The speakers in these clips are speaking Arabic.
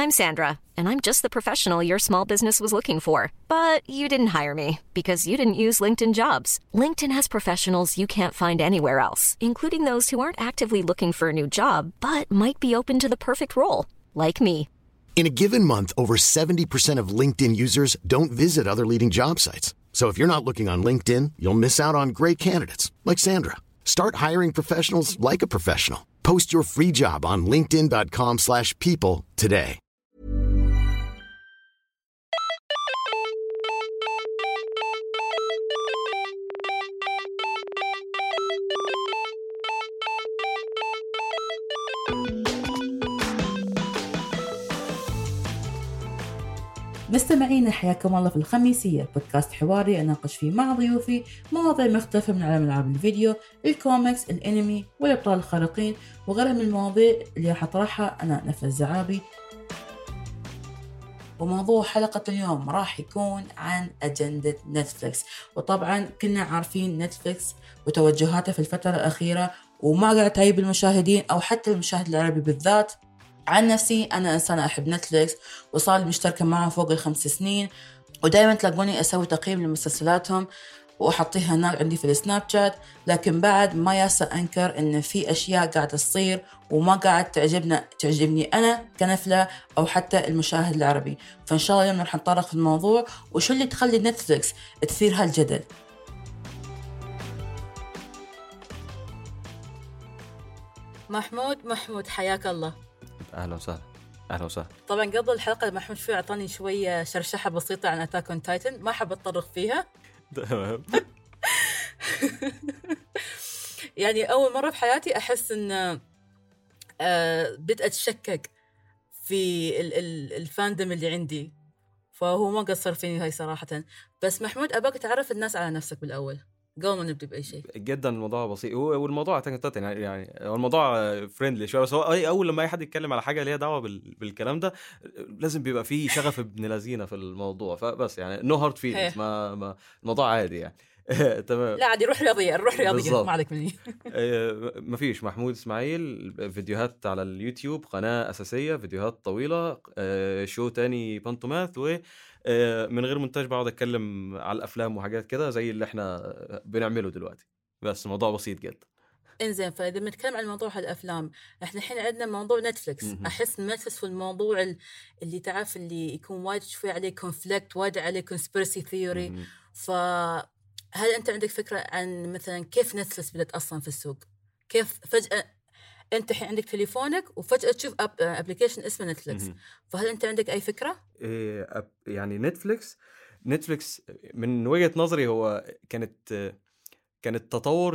I'm Sandra, and I'm just the professional your small business was looking for. But you didn't hire me because you didn't use LinkedIn Jobs. LinkedIn has professionals you can't find anywhere else, including those who aren't actively looking for a new job, but might be open to the perfect role, like me. In a given month, over 70% of LinkedIn users don't visit other leading job sites. So if you're not looking on LinkedIn, you'll miss out on great candidates like Sandra. Start hiring professionals like a professional. Post your free job on linkedin.com/people today. مستمعينا حياكم الله في الخميسية، بودكاست حواري أناقش فيه مع ضيوفي مواضيع مختلفة من عالم ألعاب الفيديو، الكوميكس، الأنمي والأبطال الخارقين وغيرها من المواضيع اللي راح أطرحها أنا نفس الزعابي. وموضوع حلقة اليوم راح يكون عن أجندة نتفليكس. وطبعا كنا عارفين نتفليكس وتوجهاته في الفترة الأخيرة وما قاعد تعيب المشاهدين أو حتى المشاهد العربي بالذات. عن نفسي أنا إنسانة أحب نتفليكس وصار لي مشتركة معهم فوق 5 سنين، ودائما تلاقوني أسوي تقييم لمسلسلاتهم وأحطيها هناك عندي في السناب شات. لكن بعد ما ياسا أنكر إن في أشياء قاعدة تصير وما قاعد تعجبني أنا كنفلة أو حتى المشاهد العربي. فإن شاء الله اليوم رح نتطرق في الموضوع وشو اللي تخلي نتفليكس تثير هالجدل. محمود حياك الله. أهلا وسهلا. طبعا قبل الحلقة محمود شوي أعطاني شوية شرشحة بسيطة عن أتاك أون تايتن، ما حاب أتطرق فيها. يعني أول مرة في حياتي أحس إن بدأت أتشكك في الفاندم اللي عندي، فهو ما قصر فيني هاي صراحة. بس محمود أباك تعرف الناس على نفسك بالأول قبل ما نبدأ بأي شيء. جدا الموضوع بسيط، والموضوع أتاك يعني الموضوع فريندلي شوية، بس هو أول لما أي حد يتكلم على حاجة ليها دعوة بالكلام ده لازم بيبقى فيه شغف ابن لذينة في الموضوع، فبس يعني no hard feelings، ما الموضوع عادي يعني. تمام. لا عادي، روح رياضية ما عليك مني. مفيش. محمود إسماعيل، فيديوهات على اليوتيوب، قناة أساسية، فيديوهات طويلة، شو تاني بانتوماث، من غير مونتاج بقعد أتكلم على الأفلام وحاجات كده زي اللي احنا بنعمله دلوقتي، بس الموضوع بسيط جدا. انزين، فإذا بنتكلم عن موضوع هالأفلام، احنا الحين عندنا موضوع نتفليكس. أحس نتفليكس في الموضوع اللي تعرف اللي يكون وايد شوي عليه كونفليكت، وايد عليه كونسبيرسي ثيوري. فهل أنت عندك فكرة عن مثلا كيف نتفليكس بدأت أصلا في السوق؟ كيف فجأة أنت الحين عندك تليفونك وفجأة تشوف أبليكيشن اسمه نتفليكس؟ فهل أنت عندك أي فكرة؟ يعني نتفليكس من وجهة نظري هو كانت تطور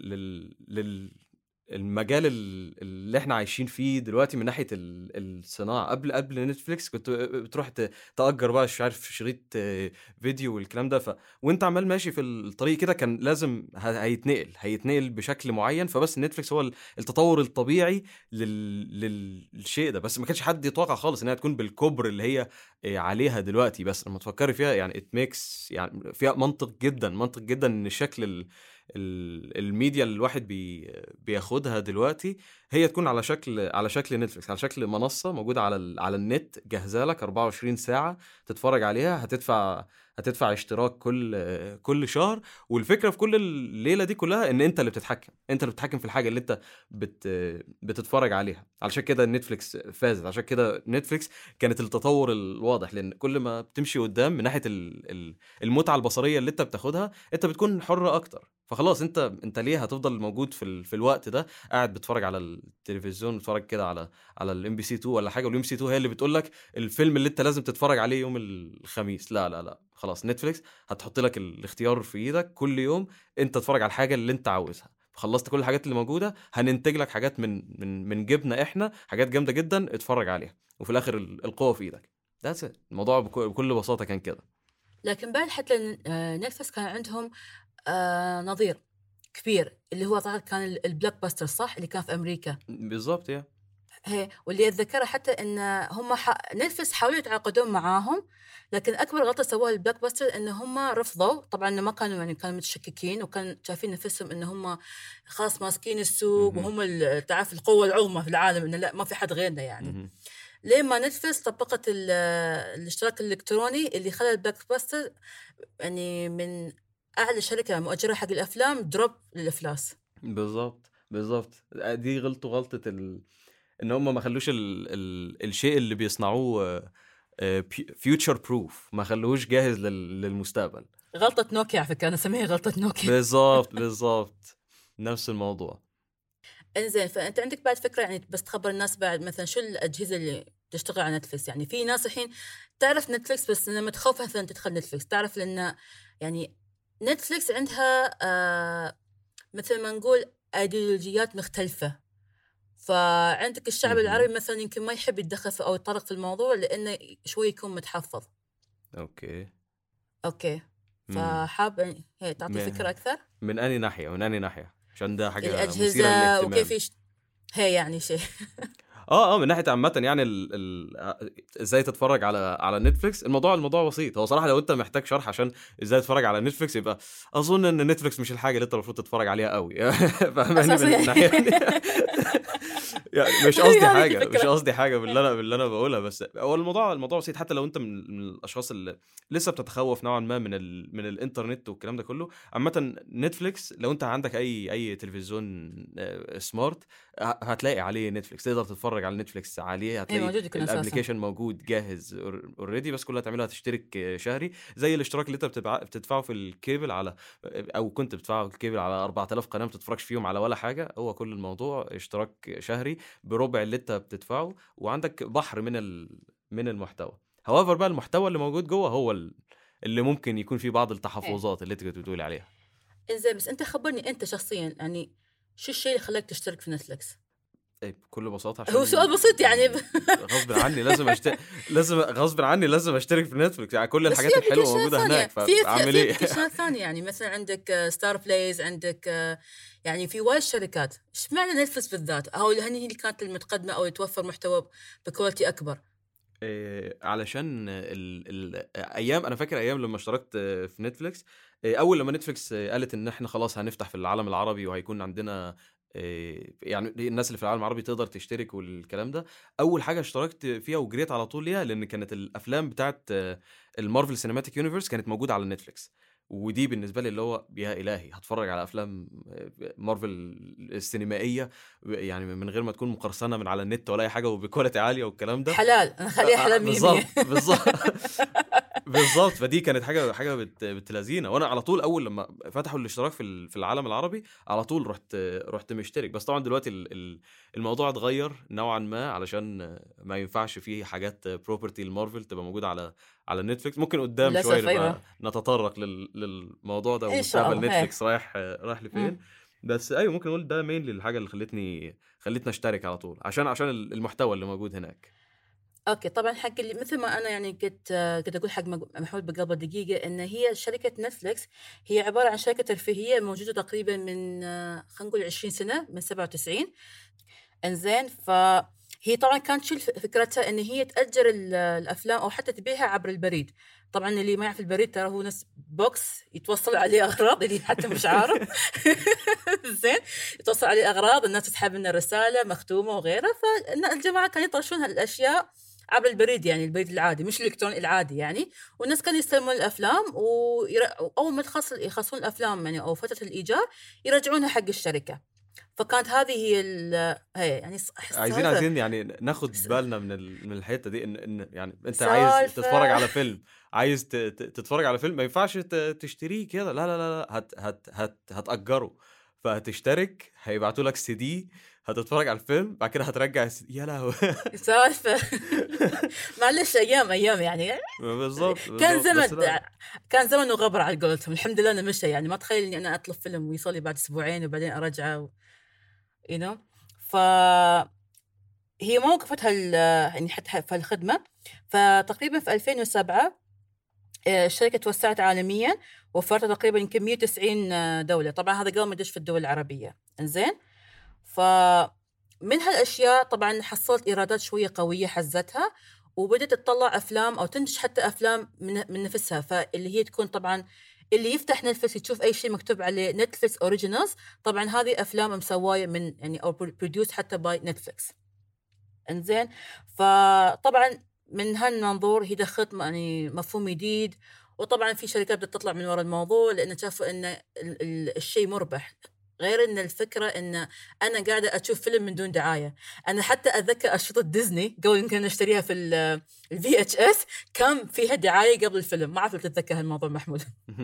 المجال اللي احنا عايشين فيه دلوقتي من ناحية الصناعة. قبل نتفليكس كنت بتروح تأجر بقى مش عارف شريط فيديو والكلام ده، وانت عمال ماشي في الطريق كده كان لازم هيتنقل بشكل معين. فبس نتفليكس هو التطور الطبيعي للشيء ده، بس ما كانش حد يتوقع خالص انها تكون بالكبر اللي هي عليها دلوقتي. بس لما تفكري فيها يعني it makes يعني فيها منطق جدا ان الشكل الميديا اللي الواحد بياخدها دلوقتي هي تكون على شكل نتفليكس، على شكل منصة موجودة على النت، جاهزة لك 24 ساعة تتفرج عليها. هتدفع اشتراك كل شهر. والفكرة في كل الليلة دي كلها ان انت اللي بتتحكم في الحاجة اللي انت بتتفرج عليها. علشان كده نتفليكس فازت، عشان كده نتفليكس كانت التطور الواضح، لان كل ما بتمشي قدام من ناحية المتعة البصرية اللي انت بتاخدها انت بتكون حر اكتر. فخلاص انت ليه هتفضل موجود في الوقت ده قاعد بتتفرج على التلفزيون، بتتفرج كده على الام بي سي 2 ولا حاجه، والام بي سي 2 هي اللي بتقول لك الفيلم اللي انت لازم تتفرج عليه يوم الخميس؟ لا خلاص نتفليكس هتحط لك الاختيار في ايدك كل يوم، انت تتفرج على الحاجه اللي انت عاوزها. خلصت كل الحاجات اللي موجوده، هننتج لك حاجات من جبنا احنا، حاجات جامده جدا اتفرج عليها، وفي الاخر القوه في ايدك. ده الموضوع بكل بساطه كان كده. لكن بعد حتى نتفليكس كان عندهم نظير كبير اللي هو طبعا كان البلاك باستر، صح، اللي كان في أمريكا بالضبط. هي واللي أتذكره حتى إن هم نتفليكس حاولوا يتعاقدون معاهم، لكن أكبر غلطة سووها البلاك باستر إن هم رفضوا. طبعا ما كانوا يعني كانوا متشككين وكانوا شايفين نفسهم إن هم خلاص ماسكين السوق وهم تعرف القوة العظمى في العالم، إن لا ما في حد غيرنا يعني. لين ما نتفلكس طبقت الاشتراك الإلكتروني اللي خلى البلاك باستر يعني من أعلى شركة مؤجرة حق الأفلام دروب للإفلاس. بالظبط دي غلطة ان هم ما خلوش الشيء اللي بيصنعوه فيوتشر بروف، ما خلوهوش جاهز للمستقبل. غلطة نوكيا على فكرة، أنا أسميها غلطة نوكيا. بالظبط نفس الموضوع. انزين، فأنت عندك بعد فكرة يعني بس تخبر الناس بعد مثلا شو الأجهزة اللي تشتغل على نتفلكس؟ يعني في ناس الحين تعرف نتفلكس بس أنا متخوفة مثلا تدخل نتفلكس، تعرف لأن يعني نتفلكس عندها مثل ما نقول أيديولوجيات مختلفة. فعندك الشعب العربي مثلا يمكن ما يحب يتدخل أو يتطرق في الموضوع لأنه شوي يكون متحفظ. أوكي. فحاب يعني هي تعطي فكرة أكثر من أي ناحية عشان ده حاجة الأجهزة مثيرة للاهتمام. وكيف هي يعني شيء من ناحيه عامه يعني ازاي تتفرج على نتفليكس. الموضوع بسيط. هو صراحه لو انت محتاج شرح عشان ازاي تتفرج على نتفليكس، يبقى اظن ان نتفليكس مش الحاجه اللي انت المفروض تتفرج عليها قوي. فاهماني من الناحيه يعني مش قصدي حاجه باللي انا بقولها. بس هو الموضوع بسيط. حتى لو انت من الاشخاص اللي لسه بتتخوف نوعا ما من الانترنت والكلام ده كله. عامه نتفليكس لو انت عندك اي تلفزيون سمارت هتلاقي عليه نتفليكس، تقدر تتفرج على نتفليكس عليه. هتلاقي الابلكيشن موجود جاهز اوريدي، بس كلها تعملها تشترك شهري زي الاشتراك اللي انت بتدفعه في الكيبل على او كنت بتدفعه في الكيبل على 4000 قناه ما بتتفرجش فيهم على ولا حاجه. هو كل الموضوع اشتراك شهري بربع اللي انت بتدفعه، وعندك بحر من المحتوى. هواver بقى المحتوى اللي موجود جوه هو اللي ممكن يكون فيه بعض التحفظات اللي انت بتقولي عليها. إزاي بس انت خبرني انت شخصيا يعني شو الشيء اللي خلاك تشترك في نتفليكس؟ بكل بساطه عشان هو سؤال بسيط يعني غصب عني لازم اشترك في نتفليكس. يعني كل الحاجات الحلوه موجوده هناك. فاعمل ايه؟ في ابلكيشنات ثانيه يعني مثلا عندك ستار بلايز، عندك يعني في وايد شركات. ايش معنى نتفليكس بالذات؟ او هي اللي كانت المتقدمه او توفر محتوى بكواليتي اكبر؟ علشان ايام انا فاكر ايام لما اشتركت في نتفليكس. اول لما نتفليكس قالت ان احنا خلاص هنفتح في العالم العربي وهيكون عندنا يعني الناس اللي في العالم العربي تقدر تشترك والكلام ده، اول حاجه اشتركت فيها وجريت على طول ليها لان كانت الافلام بتاعت المارفل سينماتيك يونيفرس كانت موجوده على نتفليكس. ودي بالنسبه لي اللي هو يا الهي هتفرج على افلام مارفل السينمائيه يعني من غير ما تكون مقرصنه من على النت ولا اي حاجه وبكواليتي عاليه والكلام ده. حلال، انا خليها حلال. بالظبط فدي كانت حاجه بتلازينا. وانا على طول اول لما فتحوا الاشتراك في العالم العربي على طول رحت مشترك. بس طبعا دلوقتي الموضوع اتغير نوعا ما علشان ما ينفعش فيه حاجات بروبرتي المارفل تبقى موجوده على نتفليكس. ممكن قدام شويه نبقى نتطرق للموضوع ده ومستقبل نتفليكس رايح لفين. بس ايوه ممكن نقول ده مين للحاجه اللي خلتني اشترك على طول عشان المحتوى اللي موجود هناك. اوكي طبعا حق اللي مثل ما انا يعني كنت اقول حق محمود قبل دقيقه ان هي شركه نتفليكس هي عباره عن شركه ترفيهيه موجوده تقريبا من خلينا نقول 20 سنه من 97. انزين فهي طبعا كانت شو فكرتها ان هي تاجر الافلام او حتى تبيعها عبر البريد. طبعا اللي ما يعرف البريد ترى هو نفس بوكس يتوصل عليه اغراض اللي حتى مش عارف زين يتوصل عليه اغراض الناس تسحب لنا رساله مختومه وغيرها. فالجماعه كانوا يطرشون هالاشياء عبر البريد يعني البريد العادي مش الالكتروني العادي يعني. والناس كانوا يستلمون الافلام واول ما يخلصون الافلام يعني او فتره الايجار يرجعونها حق الشركه. فكانت هذه هي يعني عايزين يعني ناخد بالنا من الحته دي ان يعني انت عايز تتفرج على فيلم، عايز تتفرج على فيلم ما ينفعش تشتريه كده. لا هتأجره. فهتشترك هيبعتوا لك CD هتتفرج على الفيلم بعد كده هترجع يا لهوي سالفه معلش ايام يعني بالظبط كان زمن وغبر على قولتهم. الحمد لله انا مشى يعني ما تخيل اني انا اطلب فيلم ويصلي بعد اسبوعين وبعدين ارجعه هي موقفتها يعني حتى في الخدمه. فتقريبا في 2007 الشركه توسعت عالميا وفرت تقريبا يمكن 190 دوله. طبعا هذا قبل ما يدش في الدول العربيه. انزين فمن هالاشياء طبعا حصلت ايرادات شويه قويه حزتها وبدت تطلع افلام او تنتج حتى افلام من نفسها. فاللي هي تكون طبعا اللي يفتح نتفلكس يشوف اي شيء مكتوب عليه نتفلكس اوريجينالز طبعا هذه افلام مسوايه من يعني او بروديوس حتى باي نتفلكس. انزين، فطبعا من هالمنظور هي دخلت يعني مفهوم جديد، وطبعا في شركات بتطلع من وراء الموضوع لأن شافوا إن الشيء مربح، غير إن الفكرة إن أنا قاعدة أشوف فيلم من دون دعاية. أنا حتى أتذكر أشرطة ديزني قبل يمكن نشتريها في VHS كان فيها دعاية قبل الفيلم، ما أعرف تتذكر هالموضوع محمود.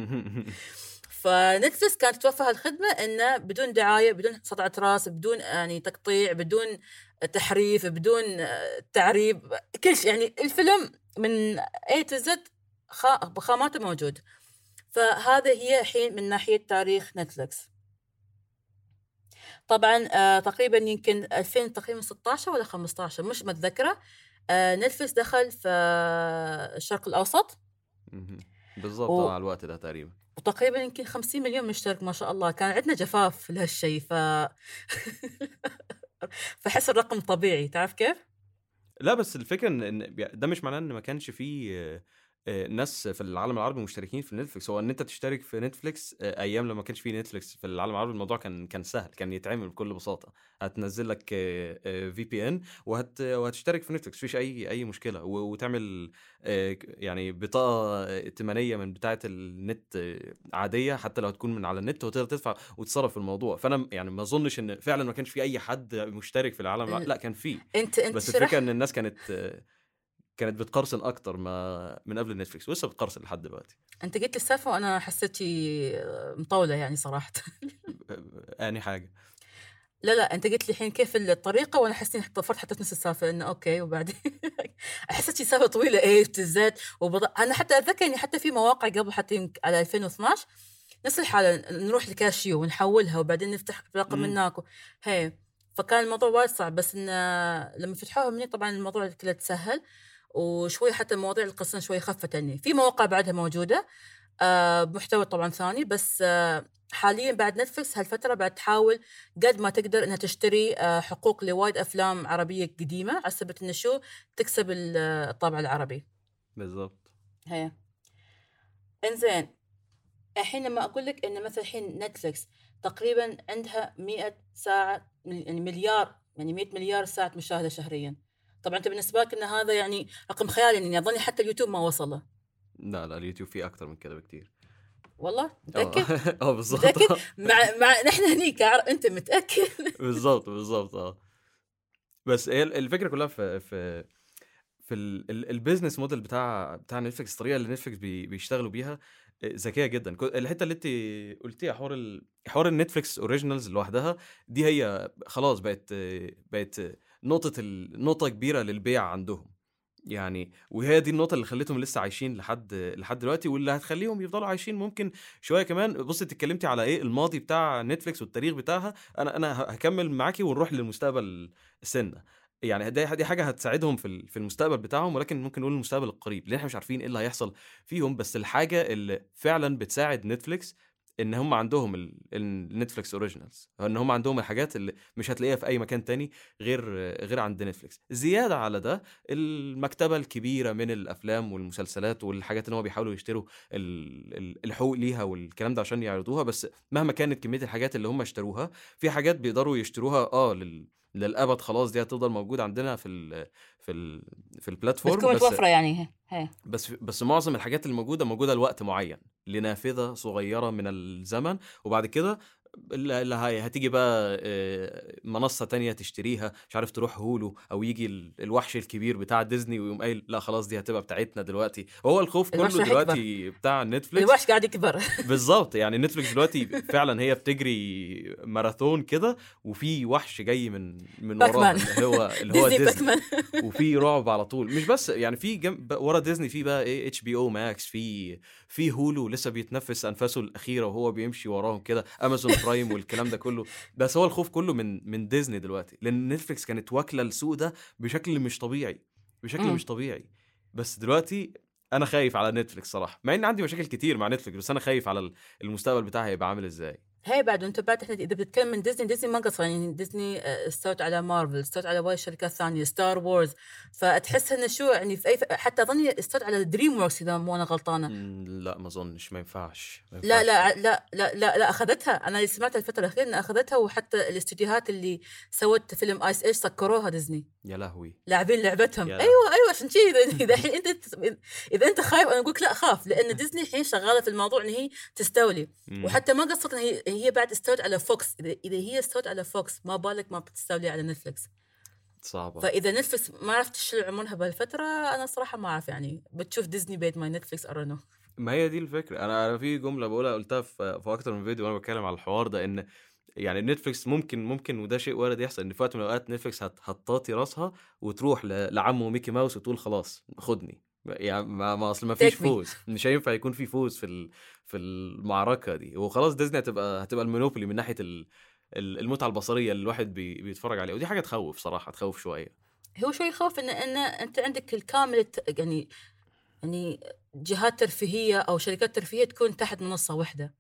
فنتفلكس كانت توفر هالخدمة إنه بدون دعاية، بدون صدعة راس، بدون يعني تقطيع، بدون تحريف، بدون تعريب، كل شيء يعني الفيلم من A to Z بخاماته موجود. فهذا هي حين من ناحية تاريخ نتفلكس. طبعا تقريبا يمكن 2016 ولا 15 مش متذكرة، نتفلكس دخل في الشرق الأوسط بالضبط على الوقت ده تقريبا، وتقريبا يمكن 50 مليون مشترك ما شاء الله. كان عندنا جفاف لهالشيء فحس الرقم طبيعي، تعرف كيف؟ لا بس الفكرة ان ده مش معناه ان ما كانش فيه ناس في العالم العربي مشتركين في نتفليكس. هو ان انت تشترك في نتفليكس ايام لما كانش فيه نتفليكس في العالم العربي الموضوع كان سهل، كان يتعمل بكل بساطه. هتنزل لك VPN وهتشترك في نتفليكس، مفيش اي مشكله، وتعمل يعني بطاقه ائتمانيه من بتاعه النت عاديه حتى لو هتكون من على النت، وتقدر تدفع وتصرف في الموضوع. فانا يعني ما اظنش ان فعلا ما كانش في اي حد مشترك في العالم لا كان فيه. انت بس الفكره ان الناس كانت بتقرصن اكتر ما من قبل نتفليكس، ولسه بتقرصن لحد دلوقتي. انت قلت السالفه وانا حسيتي مطوله يعني صراحه. يعني حاجه لا انت قلت لي الحين كيف الطريقه، وانا حسيت طفرت حتى نص السالفه انه اوكي، وبعدين حسيتي سالفه طويله ايه بتزات انا حتى اتذكر اني حتى في مواقع قبل حتى على 2012 نفس الحاله، نروح لكاشيو ونحولها وبعدين نفتح رقم هناك هي. فكان الموضوع وايد صعب، بس إن لما فتحوها مني طبعا الموضوع كله تسهل، وشوي حتى مواضيع القصة شوي خفت عني. في مواقع بعدها موجودة بمحتوى طبعا ثاني، بس حاليا بعد نتفلكس هالفترة بعد تحاول قد ما تقدر انها تشتري حقوق لوايد افلام عربية قديمة على سبيل انه شو تكسب الطابع العربي. بالضبط. هي انزين، الحين لما اقول لك ان مثلا الحين نتفلكس تقريبا عندها 100 ساعة يعني مليار، يعني 100 مليار ساعة مشاهدة شهريا. طبعا انت بالنسبة لك ان هذا يعني رقم خيالي، يعني اظني حتى اليوتيوب ما وصله. لا اليوتيوب فيه اكتر من كده بكتير. والله متأكد؟ بالضبط. متأكد؟ مع نحن هنيك انت متأكد؟ بالضبط. بس هي الفكرة كلها في البيزنس موديل بتاع نتفليكس. الطريقة اللي نتفليكس بيشتغلوا بيها ذكية جدا. الحتة اللي انت قلتيها حوار النتفليكس اوريجينالز لوحدها دي، هي خلاص بقت نقطة كبيرة للبيع عندهم يعني. وهي دي النقطة اللي خلتهم لسه عايشين لحد دلوقتي، واللي هتخليهم يفضلوا عايشين ممكن شوية كمان. بص انت اتكلمتي على ايه الماضي بتاع نتفليكس والتاريخ بتاعها، انا هكمل معاكي ونروح للمستقبل السنة. يعني دي حاجة هتساعدهم في المستقبل بتاعهم، ولكن ممكن نقول المستقبل القريب لان احنا مش عارفين ايه اللي هيحصل فيهم. بس الحاجة اللي فعلا بتساعد نتفليكس ان هم عندهم النتفليكس اوريجينالز، ان هم عندهم الحاجات اللي مش هتلاقيها في اي مكان تاني غير عند نتفليكس. زيادة على ده المكتبة الكبيرة من الافلام والمسلسلات والحاجات اللي هم بيحاولوا يشتروا الحقوق ليها والكلام ده عشان يعرضوها. بس مهما كانت كمية الحاجات اللي هم اشتروها، في حاجات بيقدروا يشتروها للأبد. خلاص دي هتفضل موجودة عندنا في البلاتفورم، بتكون متوفرة يعني. هي بس معظم الحاجات اللي موجودة لوقت معين، لنافذة صغيرة من الزمن، وبعد كده اللي هتيجي بقى منصة تانية تشتريها، مش عارف تروح هولو او يجي الوحش الكبير بتاع ديزني ويقوم قايل لا خلاص دي هتبقى بتاعتنا دلوقتي. وهو الخوف كله دلوقتي بتاع نتفليكس، الوحش قاعد يكبر. بالظبط. يعني نتفليكس دلوقتي فعلا هي بتجري ماراثون كده، وفي وحش جاي من وراه اللي هو ديزني وفي رعب على طول. مش بس يعني في ورا ديزني في بقى ايه HBO Max، في هولو لسه بيتنفس انفاسه الاخيره وهو بيمشي وراهم كده، امازون برايم والكلام ده كله. بس هو الخوف كله من ديزني دلوقتي، لان نتفليكس كانت واكله السوق ده بشكل مش طبيعي. بس دلوقتي انا خايف على نتفليكس صراحه، مع ان عندي مشاكل كتير مع نتفليكس، بس انا خايف على المستقبل بتاعها هيبقى عامل ازاي. هي بعد انت بعد احنا اذا بتتكلم من ديزني ما قصر، يعني ديزني استوت على مارفل، استوت على وايد شركات ثانيه، ستار وورز، فتحس انه شو يعني في حتى اظني استوت على دريم وركس اذا مو انا غلطانه. لا ما اظنش، ما ينفعش. لا اخذتها. انا اللي سمعت الفتره الاخيره ان اخذتها، وحتى الاستديوهات اللي سوت فيلم ايس ايج سكروها ديزني. يا لهوي، لاعبين لعبتهم. ايوه عشان كذا اذا الحين اذا انت خايف انا اقول لك لا خاف، لان ديزني الحين شغاله في الموضوع ان هي تستولي. وحتى ما قصرت ان هي بعد استولت على فوكس. اذا هي استولت على فوكس ما بالك ما بتستولي على نتفلكس. صعبه. فاذا نتفلكس ما عرفت شو عملها بهالفتره، انا صراحه ما اعرف يعني بتشوف ديزني بيت ماي نتفلكس ارنو. ما هي دي الفكره. انا في جمله بقولها قلتها في اكتر من فيديو وانا بتكلم على الحوار ده، ان يعني نتفلكس ممكن وده شيء وارد يحصل، ان في وقت من الاوقات نتفلكس هتطاطي راسها وتروح لعمه ميكي ماوس وتقول خلاص خدني. يعني ما اصل ما فيش فوز، مش هينفع يكون في فوز في المعركه دي، وخلاص ديزني هتبقى المونوبولي من ناحيه المتعه البصريه اللي الواحد بيتفرج عليها، ودي حاجه تخوف صراحه، تخوف شويه. هو شوي يخوف ان انت عندك الكامل، يعني جهات ترفيهيه او شركات ترفيهيه تكون تحت منصه واحده.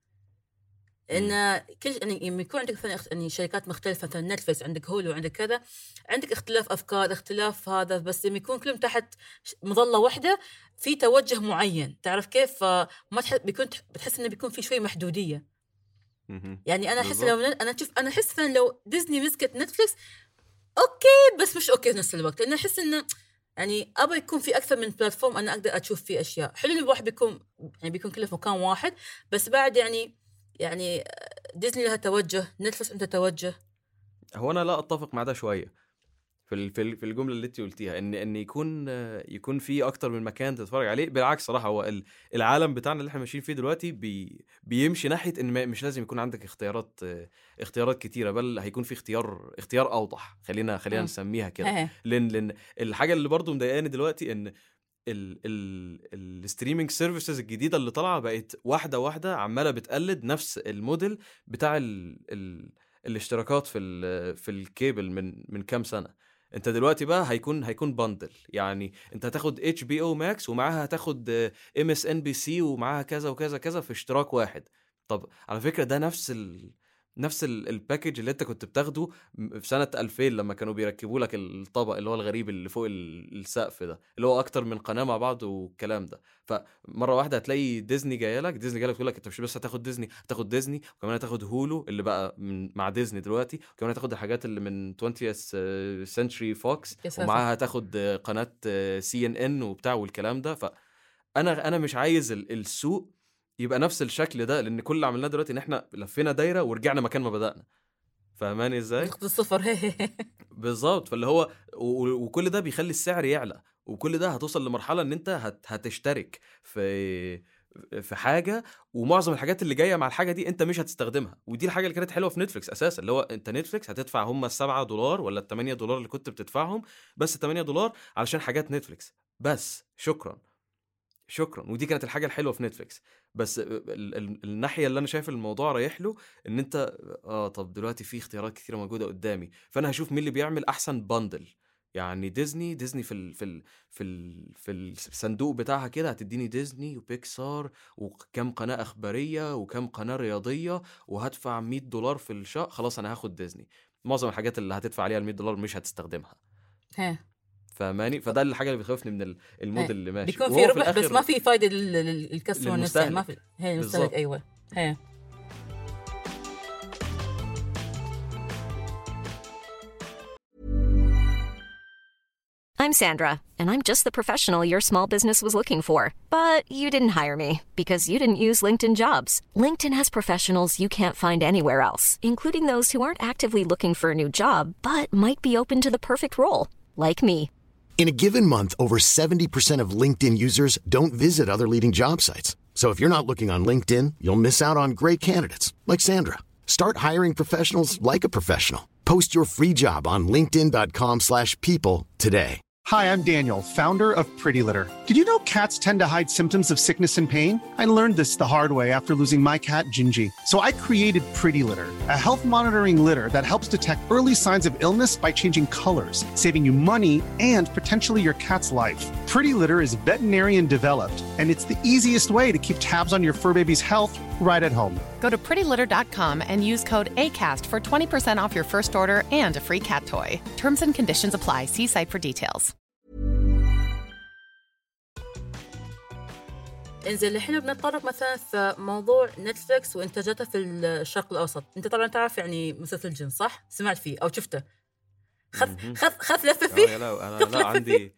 ان كل يعني يكون عندك يعني شركات مختلفه، مثلا نتفلكس، عندك هولو، عندك كذا، عندك اختلاف افكار، اختلاف هذا، بس لما يكون كلهم تحت مظله واحده في توجه معين، تعرف كيف؟ فما بتحس انه بيكون في شوي محدوديه. يعني انا احس انا احس لو ديزني مسكت نتفلكس اوكي، بس مش اوكي في نفس الوقت، لان احس انه يعني ابى يكون في اكثر من بلاتفورم انا اقدر اشوف فيه اشياء. حلو الواحد بيكون كله في مكان واحد، بس بعد يعني ديزني لها توجه، نتفلكس عنده توجه. هو انا لا اتفق مع ده شويه في الجمله اللي انت قلتيها، ان يكون في اكتر من مكان تتفرج عليه. بالعكس صراحه، هو العالم بتاعنا اللي احنا ماشيين فيه دلوقتي بيمشي ناحيه ان مش لازم يكون عندك اختيارات كتيره، بل هيكون في اختيار اوضح. خلينا نسميها كده. لان الحاجه اللي برضو مضايقاني دلوقتي ان الستريمينج سيرفيسز الجديده اللي طالعه بقت واحده عماله بتقلد نفس الموديل بتاع الاشتراكات في الكيبل من كام سنه. انت دلوقتي بقى هيكون باندل، يعني انت هتاخد HBO Max ومعاها هتاخد MSNBC ومعاها كذا وكذا كذا في اشتراك واحد. طب على فكره ده نفس الباكيج اللي انت كنت بتاخده في سنة 2000 لما كانوا بيركبوا لك الطبق اللي هو الغريب اللي فوق السقف ده، اللي هو اكتر من قناة مع بعض والكلام ده. فمرة واحدة هتلاقي ديزني جايه لك تقول لك انت مش بس هتاخد ديزني وكمان هتاخد هولو اللي بقى مع ديزني دلوقتي، وكمان هتاخد الحاجات اللي من 20th Century Fox، ومعاها هتاخد قناة CNN وبتاع والكلام ده. فانا مش عايز السوق يبقى نفس الشكل ده، لان كل اللي عملناه دلوقتي ان احنا لفينا دايره ورجعنا مكان ما بدأنا. فاهماني ازاي؟ نقطة الصفر. بالظبط. فاللي هو وكل ده بيخلي السعر يعلى، وكل ده هتوصل لمرحله ان انت هتشترك في حاجه، ومعظم الحاجات اللي جايه مع الحاجه دي انت مش هتستخدمها. ودي الحاجه اللي كانت حلوه في نتفليكس اساسا، اللي هو انت نتفليكس هتدفع هم $7 ولا $8 اللي كنت بتدفعهم، بس $8 علشان حاجات نتفليكس بس. شكرا. ودي كانت الحاجه الحلوه في نتفليكس. بس الناحيه اللي انا شايف الموضوع رايح له ان انت طب دلوقتي في اختيارات كتيره موجوده قدامي، فانا هشوف مين اللي بيعمل احسن باندل. يعني ديزني في الصندوق بتاعها كده هتديني ديزني وبيكسار وكم قناه اخباريه وكم قناه رياضيه، وهدفع $100 في الشهر. خلاص انا هاخد ديزني. معظم الحاجات اللي هدفع عليها $100 مش هتستخدمها. فاهماني؟ فده الحاجه اللي بيخوفني من الموديل اللي ماشي، بيكون في ربح بس ما في فايده للكاستمر نفسه، ما في هي المستهلك. ايوه هي. I'm Sandra, and I'm just the professional your small business was looking for. But you didn't hire me because you didn't use LinkedIn Jobs. LinkedIn has professionals you can't find anywhere else, including those who aren't actively looking for a new job, but might be open to the perfect role, like me. In a given month, over 70% of LinkedIn users don't visit other leading job sites. So if you're not looking on LinkedIn, you'll miss out on great candidates like Sandra. Start hiring professionals like a professional. Post your free job on linkedin.com/people today. Hi, I'm Daniel, founder of Pretty Litter. Did you know cats tend to hide symptoms of sickness and pain? I learned this the hard way after losing my cat, Gingy. So I created Pretty Litter, a health monitoring litter that helps detect early signs of illness by changing colors, saving you money and potentially your cat's life. Pretty Litter is veterinarian developed, and it's the easiest way to keep tabs on your fur baby's health right at home. Go to prettylitter.com and use code ACAST for 20% off your first order and a free cat toy. Terms and conditions apply. See site for details. انزين الحين بنتطرق مثلا في موضوع نتفليكس وانتاجاته في الشرق الاوسط. انت طبعا تعرف يعني مسلسل جن صح؟ سمعت فيه او شفته؟ خذ لفه فيه. لا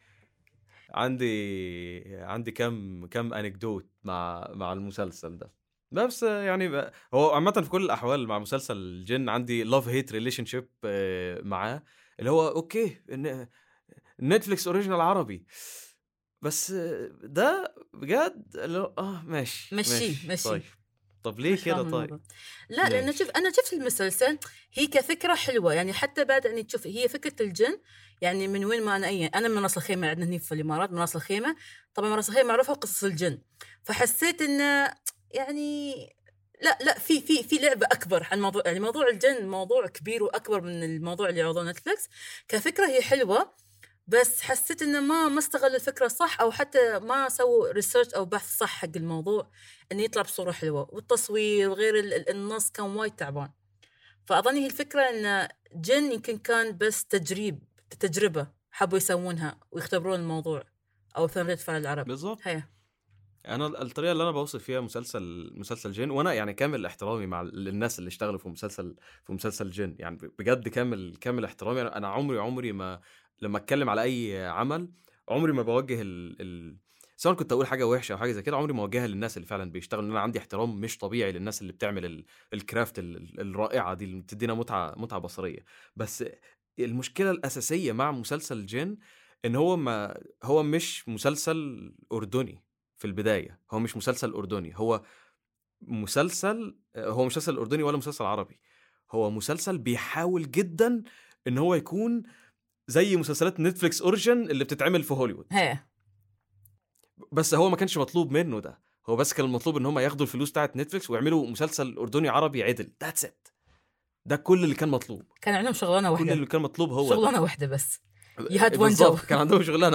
عندي كم انكدوت مع المسلسل ده. بس يعني هو عامه في كل الاحوال مع مسلسل الجن عندي لاف هيت ريليشن شيب معاه، اللي هو اوكي نتفليكس اوريجينال عربي، بس ده بجد ماشي طيب. طب ليه كده طيب؟ لا لأن شوف أنا شفت المسلسل، هي كفكرة حلوة يعني، حتى بعد أن تشوف هي فكرة الجن يعني من وين ما أنا من راس الخيمة، عندنا هنا في الإمارات من راس الخيمة. طبعا من راس الخيمة معروفة قصص الجن، فحسيت إنه يعني لا في لعبة أكبر عن موضوع، يعني موضوع الجن موضوع كبير وأكبر من الموضوع اللي عرضوه نتفليكس. كفكرة هي حلوة، بس حسيت إنه ما استغل الفكرة صح، أو حتى ما سووا ريسيرش أو بحث صح حق الموضوع إنه يطلع بصورة حلوة، والتصوير وغير النص كان وايد تعبان. فأظني هي الفكرة إن جن يمكن كان بس تجربة حبوا يسوونها ويختبرون الموضوع أو ثمرة فعل العرب بالضبط. هي انا الطريقه اللي انا بوصف فيها مسلسل جن، وانا يعني كامل احترامي مع الناس اللي اشتغلوا في مسلسل جن، يعني بجد كامل احترامي. انا عمري ما لما اتكلم على اي عمل عمري ما بوجه سواء كنت اقول حاجه وحشه او حاجه زي كده، عمري ما اوجهها للناس اللي فعلا بيشتغلوا. انا عندي احترام مش طبيعي للناس اللي بتعمل الكرافت الرائعه دي اللي بتدينا متعه بصريه. بس المشكله الاساسيه مع مسلسل جن ان هو مش مسلسل اردني. في البدايه هو مش مسلسل اردني، هو مسلسل اردني ولا مسلسل عربي. هو مسلسل بيحاول جدا ان هو يكون زي مسلسلات نتفليكس اوريجين اللي بتتعمل في هوليوود. بس هو ما كانش مطلوب منه ده، هو بس كان المطلوب ان هم ياخدوا الفلوس بتاعت نتفليكس ويعملوا مسلسل اردني عربي عدل. ذاتس ات. ده كل اللي كان مطلوب. كان عندهم شغلانه واحده، كل اللي كان مطلوب هو شغلانه واحده بس. كان عندهم شغلانه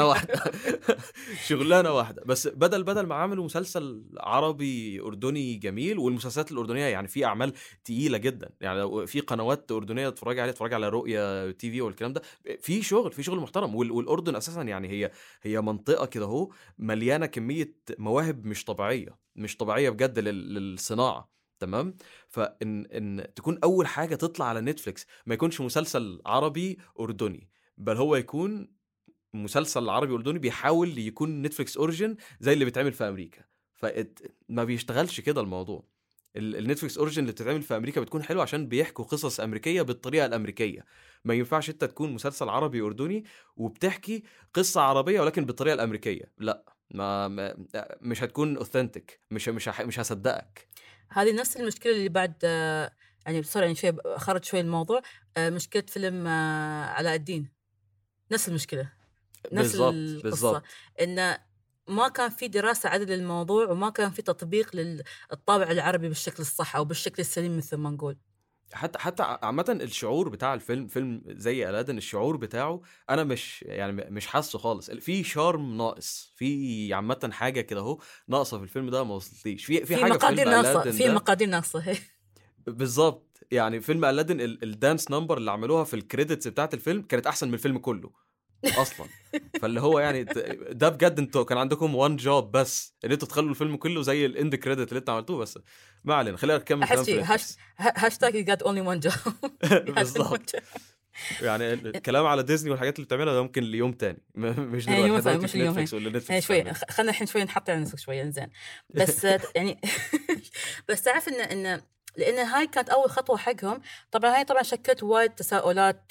واحده بس. بدل ما عملوا مسلسل عربي اردني جميل، والمسلسلات الاردنيه يعني في اعمال تقيله جدا، يعني لو في قنوات اردنيه تتفرج على رؤيا تي في والكلام ده، في شغل محترم. والاردن اساسا يعني هي منطقه كده اهو مليانه كميه مواهب مش طبيعيه بجد للصناعه. تمام. فان تكون اول حاجه تطلع على نتفليكس ما يكونش مسلسل عربي اردني، بل هو يكون مسلسل عربي اردني بيحاول يكون نتفليكس اوريجين زي اللي بيتعمل في امريكا. فما بيشتغلش كده الموضوع. النتفليكس اوريجين اللي بتتعمل في امريكا بتكون حلوه عشان بيحكوا قصص امريكيه بالطريقه الامريكيه. ما ينفعش انت تكون مسلسل عربي اردني وبتحكي قصه عربيه ولكن بالطريقه الامريكيه. لا، مش هتكون اوثنتيك، مش هصدقك. هذه نفس المشكله اللي بعد يعني بصراحه يعني شوي خرج شوي الموضوع، مشكله فيلم علاء الدين. نفس المشكله، نفس القصه، إن ما كان في دراسه عدل للموضوع، وما كان في تطبيق للطابع العربي بالشكل الصح او بالشكل السليم مثل ما نقول. حتى عامه الشعور بتاع فيلم زي ألادين، الشعور بتاعه انا مش حاسه خالص. في شارم ناقص، في عامه حاجه كده اهو ناقصه في الفيلم ده، ما وصلتليش. في حاجه مقادير ناقصه، في مقادير ناقصه. بالظبط. يعني فيلم ألادين الدانس نمبر اللي عملوها في الكريديتس بتاعت الفيلم كانت احسن من الفيلم كله اصلا. فاللي هو يعني ده بجد انتوا كان عندكم وان جوب بس ان انتوا تخلوا الفيلم كله زي الاند كريدت اللي انتوا عملتوه. بس ما علينا، خلينا نكمل. هاشتاج got only one job. بالظبط. يعني الكلام على ديزني والحاجات اللي بتعملها ده ممكن ليوم تاني، مش دلوقتي. مش نتفليكس ولا نتفليكس شوي. خلينا الحين شوي نحط على نفسك شوي انزين. بس يعني بس تعرف ان لان هاي كانت اول خطوه حقهم. طبعا هاي شكلت وايد تساؤلات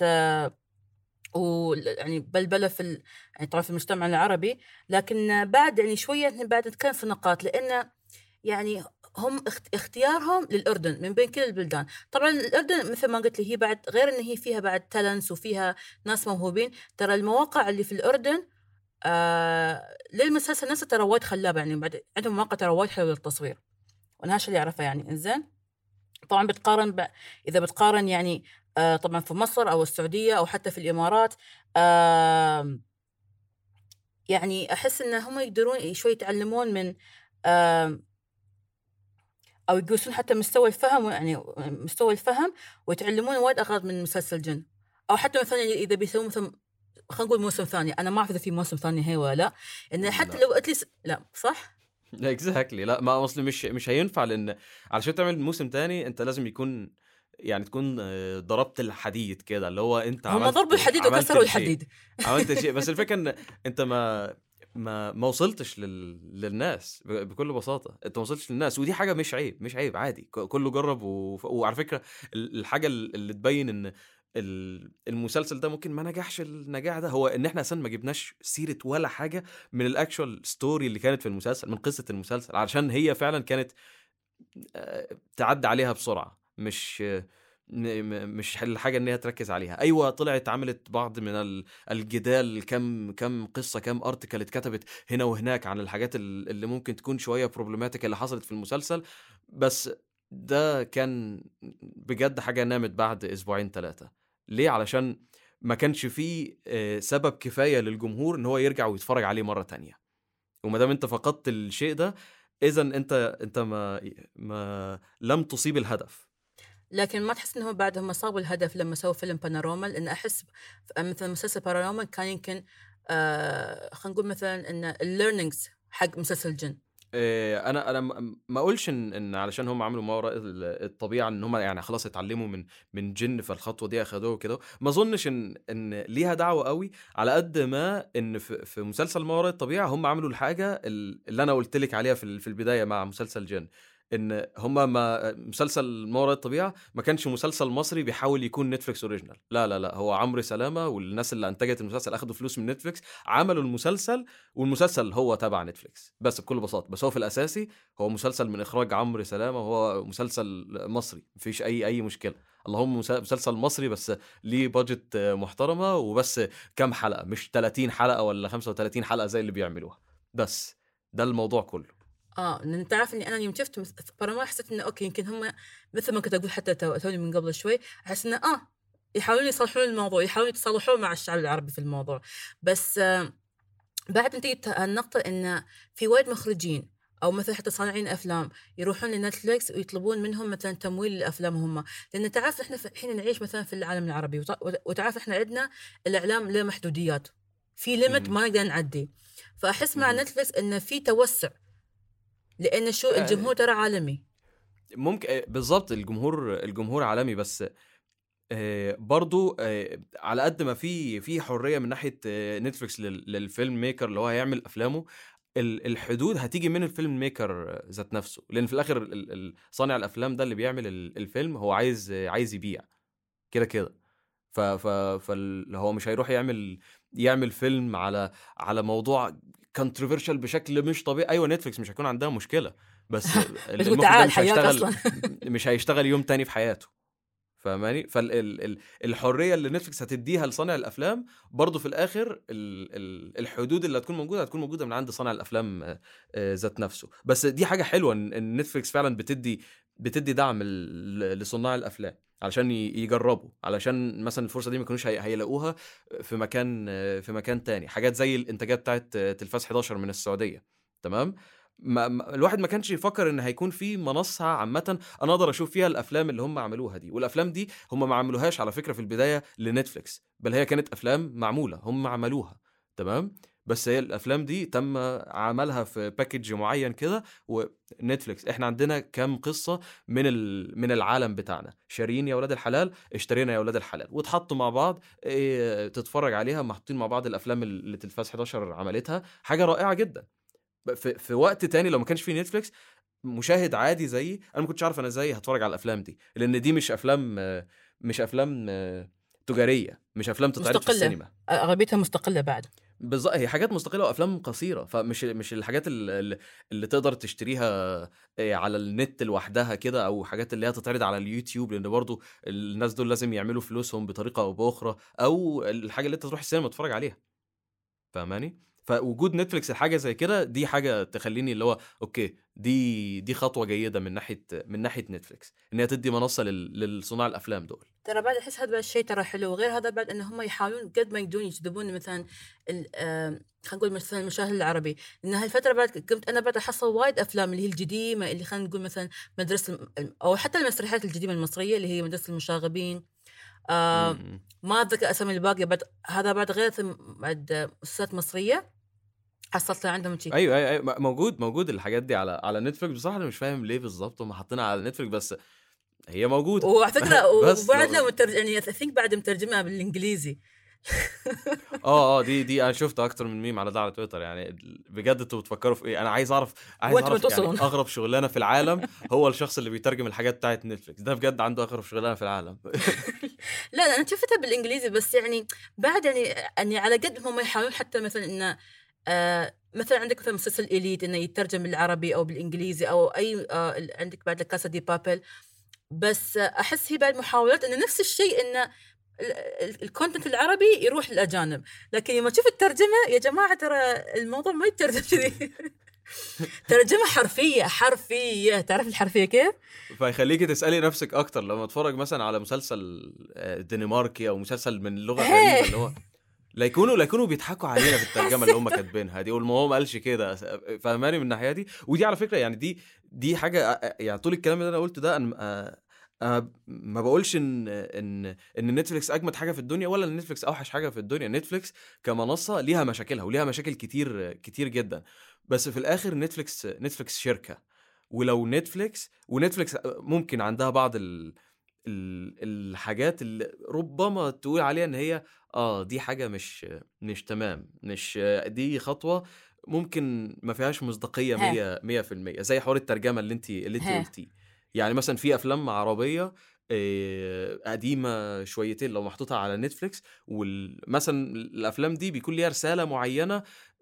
ويعني بلبله في يعني طبعا في المجتمع العربي. لكن بعد يعني شويه بعد نتكلم في النقاط، لان يعني هم اختيارهم للأردن من بين كل البلدان. طبعا الأردن مثل ما قلت لي هي بعد غير ان هي فيها بعد تالنس وفيها ناس موهوبين. ترى المواقع اللي في الأردن للمسلسل نفسه ترى وايد خلاب، يعني بعد عندهم مواقع ترى وايد حلوه للتصوير، وانا هالشيء اللي اعرفه يعني. انزين طبعا بتقارن اذا بتقارن يعني طبعا في مصر او السعوديه او حتى في الامارات، يعني احس ان هم يقدرون شوي يتعلمون من او يقيسون حتى مستوى الفهم، يعني مستوى الفهم، ويتعلمون وايد اغراض من مسلسل جن. او حتى مثلا اذا بيسوون مثلا خلينا نقول موسم ثاني، انا ما اعرف اذا في موسم ثاني هي ولا لا، انه حتى لا. لو اتليست لا صح. لا اكزاكتلي، لا ما اصلي مش هينفع، لان علشان تعمل موسم تاني انت لازم يكون يعني تكون ضربت الحديد كده، اللي هو انت هم ضربوا الحديد عملت وكسروا الشيء. الحديد. عملت شيء، بس الفكره ان انت ما وصلتش للناس بكل بساطه. انت ما وصلتش للناس، ودي حاجه مش عيب عادي، كله جرب وعلى فكره الحاجه اللي تبين ان المسلسل ده ممكن ما نجحش النجاح ده، هو ان احنا اصلا ما جبناش سيره ولا حاجه من الاكشوال ستوري اللي كانت في المسلسل، من قصه المسلسل، علشان هي فعلا كانت تعدي عليها بسرعه، مش الحاجه ان هي تركز عليها. ايوه طلعت عملت بعض من الجدال، كم قصه، كم ارتكل اتكتبت هنا وهناك عن الحاجات اللي ممكن تكون شويه بروبلماتيك اللي حصلت في المسلسل، بس ده كان بجد حاجه نامت بعد اسبوعين 3. ليه؟ علشان ما كانش فيه سبب كفايه للجمهور ان هو يرجع ويتفرج عليه مره تانية. وما دام انت فقدت الشيء ده، اذا انت ما لم تصيب الهدف. لكن ما تحس انهم بعد هم صابوا الهدف لما سووا فيلم بانوراما؟ لان احس مثلا مسلسل بانوراما كان يمكن خلينا نقول مثلا ان الليرنينجز حق مسلسل جن. انا ما اقولش ان علشان هم عملوا ما وراء الطبيعه ان هم يعني خلاص اتعلموا من جن فالخطوه دي اخدوها كده. ما اظنش ان ليها دعوه قوي، على قد ما ان في مسلسل ما وراء الطبيعه هم عملوا الحاجه اللي انا قلت لك عليها في البدايه مع مسلسل جن، ان هم ما مسلسل ما وراء الطبيعه ما كانش مسلسل مصري بيحاول يكون نتفليكس اوريجينال. لا هو عمرو سلامه والناس اللي انتجت المسلسل اخدوا فلوس من نتفليكس، عملوا المسلسل، والمسلسل هو تبع نتفليكس بس بكل بساطه. بس هو في الاساسي هو مسلسل من اخراج عمرو سلامه، وهو مسلسل مصري مفيش اي مشكله. اللهم مسلسل مصري بس ليه بادجت محترمه، وبس كام حلقه، مش 30 حلقه ولا 35 حلقه زي اللي بيعملوها. بس ده الموضوع كله. انت عارف اني انا يوم شفت ما حسيت انه اوكي يمكن هم مثل ما كنت اقول حتى توني من قبل شوي، احس انه يحاولون يصلحون الموضوع، يحاولون يتصالحون مع الشعب العربي في الموضوع. بس بعد انتهت النقطه ان في وايد مخرجين او مثلا حتى صانعين افلام يروحون لنتفليكس ويطلبون منهم مثلا تمويل الافلام هم، لان تعرف احنا الحين نعيش مثلا في العالم العربي، وتعرف احنا عندنا الاعلام له محدوديات، في ليمت ما نقدر نعدي. فاحس مع نتفليكس انه في توسع، لان شو الجمهور ترى عالمي. ممكن بالضبط الجمهور عالمي، بس برضو على قد ما في حريه من ناحيه نتفليكس للفيلم ميكر اللي هو هيعمل افلامه، الحدود هتيجي من الفيلم ميكر ذات نفسه، لان في الاخر صانع الافلام ده اللي بيعمل الفيلم هو عايز يبيع كده. فهو مش هيروح يعمل فيلم على موضوع كونتروفيرشال بشكل مش طبيعي. ايوه نتفليكس مش هيكون عندها مشكله، بس المخرج ده مش هيشتغل يوم تاني في حياته، فاهماني؟ فالحريه اللي نتفليكس هتديها لصانع الافلام برضو في الاخر الحدود اللي هتكون موجوده من عند صانع الافلام ذات نفسه. بس دي حاجه حلوه ان نتفليكس فعلا بتدي دعم لصناع الافلام علشان يجربوا، علشان مثلا الفرصه دي ما يكونوش هيلاقوها في مكان تاني. حاجات زي الانتاجات بتاعت تلفاز 11 من السعوديه، تمام؟ الواحد ما كانش يفكر ان هيكون في منصه عامه انا اقدر اشوف فيها الافلام اللي هم عملوها دي. والافلام دي هم ما عملوهاش على فكره في البدايه لنتفليكس، بل هي كانت افلام معموله هم عملوها، تمام؟ بس هي الافلام دي تم عملها في باكيج معين كده، ونتفليكس احنا عندنا كام قصه من العالم بتاعنا، شارين يا ولاد الحلال، اشترينا يا ولاد الحلال، واتحطوا مع بعض تتفرج عليها، محطوطين مع بعض الافلام اللي تلفاز 11 عملتها. حاجه رائعه جدا. في وقت تاني لو ما كانش فيه نتفليكس، مشاهد عادي زيي انا ما كنتش عارف انا ازاي هتفرج على الافلام دي، لان دي مش افلام تجاريه، مش افلام تتعرض في السينما، اغلبيتها مستقله بعد. بالظبط، هي حاجات مستقله وافلام قصيره، مش الحاجات اللي تقدر تشتريها على النت لوحدها كده، او حاجات اللي هي تتعرض على اليوتيوب، لان برضو الناس دول لازم يعملوا فلوسهم بطريقه او باخرى، او الحاجه اللي انت تروح السينما تتفرج عليها، فاهماني؟ فوجود نتفليكس الحاجه زي كده دي حاجه تخليني اللي هو اوكي دي خطوه جيده من ناحيه نتفليكس ان هي تدي منصه للصناع الافلام دول. ترى بعد احس هذا الشيء ترى حلو، وغير هذا بعد ان هم يحاولون قد ما يقدرون يجذبون مثلا خلينا نقول مثلا المشاهد العربي. ان هالفتره بعد كنت انا بعد احصل وايد افلام اللي هي القديمه اللي خلينا نقول مثلا مدرسه او حتى المسرحيات القديمه المصريه اللي هي مدرسه المشاغبين. ما اتذكر اسامي الباقيه بعد هذا بعد غير بعد مسلسلات مصريه حصلت عندهم شيء. ايوه موجود الحاجات دي على نتفليكس. بصراحه انا مش فاهم ليه بالظبط هم حاطينها على نتفليكس، بس هي موجوده. وعلى فكره وبعد لو يعني اثينك بعد مترجمها بالانجليزي. دي انا شفت اكتر من ميم على ده على تويتر. يعني بجد انتوا بتفكروا في ايه؟ انا عايز اعرف يعني اغرب شغلانه في العالم هو الشخص اللي بيترجم الحاجات بتاعت نتفليكس ده. بجد عنده اغرب شغلانه في العالم. لا انا شفتها بالانجليزي، بس يعني بعد يعني على قد هم يحاولون حتى مثلا انه مثلا عندك مثلا مسلسل إليت انه يترجم بالعربي او بالانجليزي او اي عندك بعد كاسا دي بابل. بس احس هي بعد محاولات انه نفس الشيء انه الكونتنت العربي يروح للاجانب، لكن لما تشوف الترجمه يا جماعه ترى الموضوع ما يترجم كذي. ترجمه حرفيه. تعرف الحرفيه كيف؟ فيخليكي تسالي نفسك اكتر لما تتفرج مثلا على مسلسل دنماركي او مسلسل من لغه غريبه اللي هو لا يكونوا بيضحكوا علينا في الترجمه اللي هم كاتبينها دي، والمهم ما قالش كده. فاهماني من الناحيه دي؟ ودي على فكره يعني دي حاجه يعني طول الكلام اللي انا قلته ده انا ما بقولش ان نتفليكس اجمد حاجه في الدنيا ولا ان نتفليكس اوحش حاجه في الدنيا. نتفليكس كمنصه ليها مشاكلها وليها مشاكل كتير جدا، بس في الاخر نتفليكس شركه. ولو نتفليكس ممكن عندها بعض الحاجات اللي ربما تقول عليها ان هي دي حاجه مش تمام، مش دي خطوه ممكن ما فيهاش مصداقيه 100%، زي حوار الترجمه اللي انت قلتيه. يعني مثلا في افلام عربيه قديمه شويتين لو محطوطه على نتفليكس، ومثلا الافلام دي بيكون ليها رساله معينه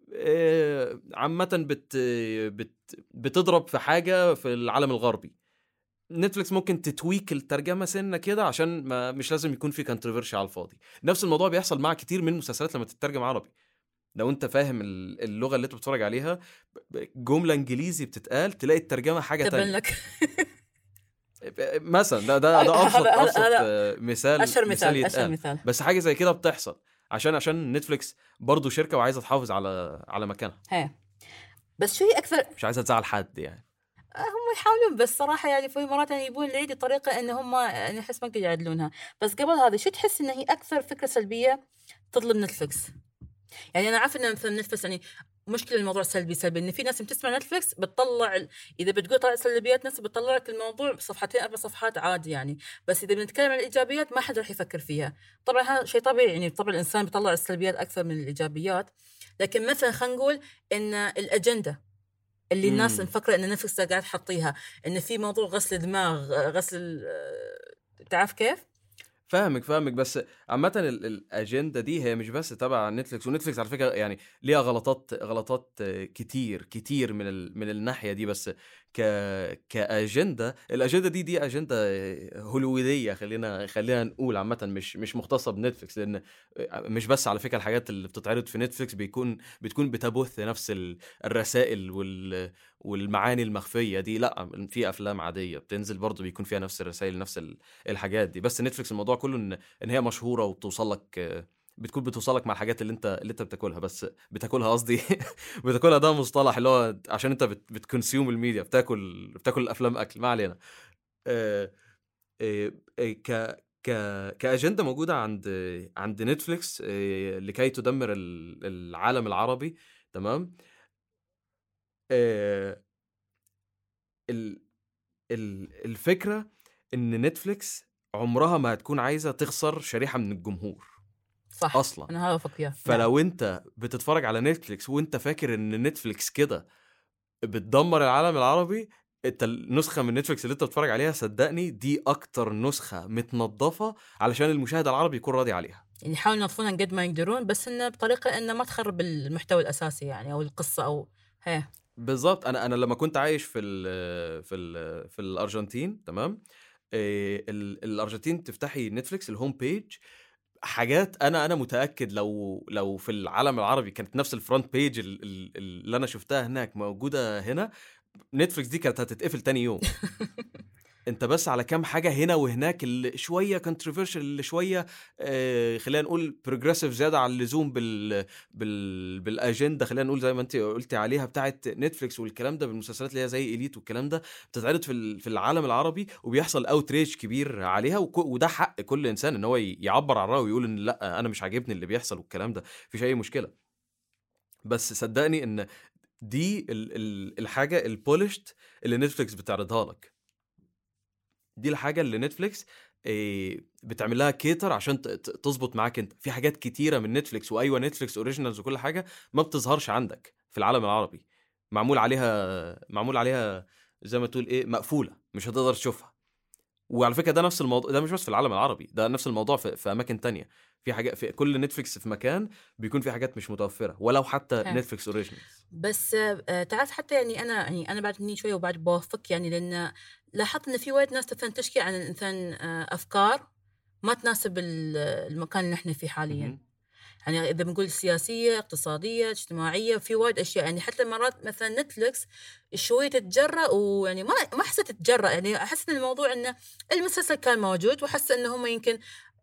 عامه بتضرب في حاجه في العالم الغربي. نتفليكس ممكن تتويك الترجمه سنه كده عشان مش لازم يكون في كونتروفيرشي على الفاضي. نفس الموضوع بيحصل مع كتير من المسلسلات لما تترجم عربي. لو انت فاهم اللغه اللي انت بتتفرج عليها، جمله انجليزي بتتقال تلاقي الترجمه حاجه تانية لك. مثلا ده ابسط مثال يتقال. بس حاجه زي كده بتحصل عشان نتفليكس برضو شركه وعايزه تحافظ على مكانها. بس شو هي اكثر مش عايزه تزعل حد يعني. هم يحاولون، بس صراحه يعني في مرات يعني يبون العيد طريقه ان هم يعني احس ما يقدروا يعدلونها. بس قبل هذا شو تحس ان هي اكثر فكره سلبيه تظلم نتفليكس؟ يعني انا عارفه ان مثلا نتفليكس يعني مشكله الموضوع سلبي ان في ناس بتسمع نتفليكس بتطلع اذا بتقول طلع سلبيات ناس بتطلع لك الموضوع بصفحتين 4 صفحات عادي يعني. بس اذا بنتكلم عن الايجابيات ما حد راح يفكر فيها. طبعا هذا شيء طبيعي، يعني طبعا الانسان بيطلع السلبيات اكثر من الايجابيات. لكن مثلا خلينا نقول ان الاجنده اللي الناس مفكره ان نتفليكس قاعد تحطيها ان في موضوع غسل دماغ، غسل تعرف كيف؟ فاهمك. بس عامه الاجنده دي هي مش بس تبع نتفليكس. ونتفليكس على فكره يعني ليها غلطات كتير من الناحيه دي. بس كاجنده، الاجنده دي اجنده هوليووديه خلينا نقول عامه، مش مختصه بنتفليكس. لان مش بس على فكره الحاجات اللي بتتعرض في نتفليكس بتكون بتبث نفس الرسائل والمعاني المخفيه دي. لا، في افلام عاديه بتنزل برضو بيكون فيها نفس الرسائل نفس الحاجات دي. بس نتفليكس الموضوع كله ان هي مشهوره وبتوصل لك، بتوصل لك مع الحاجات اللي انت بتاكلها. بس بتاكلها قصدي بتاكلها ده مصطلح اللي هو عشان انت بتكونسيوم الميديا، بتاكل الافلام اكل. ما علينا. كاجنده موجوده عند نتفليكس لكي تدمر العالم العربي. تمام. الفكره ان نتفليكس عمرها ما هتكون عايزه تخسر شريحه من الجمهور. صح اصلا انا هذا فكره. فلو انت بتتفرج على نتفليكس وانت فاكر ان نتفليكس كده بتدمر العالم العربي، انت النسخه من نتفليكس اللي انت بتتفرج عليها صدقني دي اكتر نسخه متنظفه علشان المشاهد العربي يكون راضي عليها. يعني يحاولوا ينظفونها قد ما يقدرون، بس انه بطريقه انه ما تخرب المحتوى الاساسي يعني او القصه او بالضبط. انا لما كنت عايش في الارجنتين، تمام، الارجنتين تفتحي نتفليكس الهوم بيج حاجات انا متاكد لو في العالم العربي كانت نفس الفرونت بيج اللي انا شفتها هناك موجوده هنا، نتفليكس دي كانت هتتقفل تاني يوم. انت بس على كام حاجه هنا وهناك اللي شويه كونتروفيرشال، اللي شويه خلينا نقول بروجريسيف زياده عن اللزوم بالاجنده، خلينا نقول زي ما انت قلتي عليها بتاعه نتفليكس والكلام ده، بالمسلسلات اللي هي زي إليت والكلام ده بتتعرض في العالم العربي، وبيحصل اوتريج كبير عليها، وده حق كل انسان ان هو يعبر عن رايه ويقول ان لا انا مش عاجبني اللي بيحصل والكلام ده، مفيش اي مشكله. بس صدقني ان دي الحاجه البولشت اللي نتفليكس بتعرضها لك، دي الحاجه اللي نتفليكس بتعمل لها كيتر عشان تظبط معاك انت. في حاجات كتيره من نتفليكس، وايوه نتفليكس اوريجينالز وكل حاجه ما بتظهرش عندك في العالم العربي، معمول عليها زي ما تقول مقفوله، مش هتقدر تشوفها. وعلى فكره ده نفس الموضوع، ده مش بس في العالم العربي، ده نفس الموضوع في اماكن تانية. في حاجه في كل نتفليكس في مكان بيكون في حاجات مش متوفره ولو حتى نتفليكس اوريجينالز. بس تعرف حتى يعني انا بعد مني شويه وبعد بوافق، يعني لان لاحظت ان في وايد ناس تشكي عن الانسان افكار ما تناسب المكان اللي احنا فيه حاليا. يعني اذا بنقول سياسيه، اقتصاديه، اجتماعيه، في وايد اشياء. يعني حتى مرات مثلا نتفليكس شويه تتجرأ، ويعني ما حسيت تتجرأ، يعني احس ان الموضوع انه المسلسل كان موجود، وحس انه هم يمكن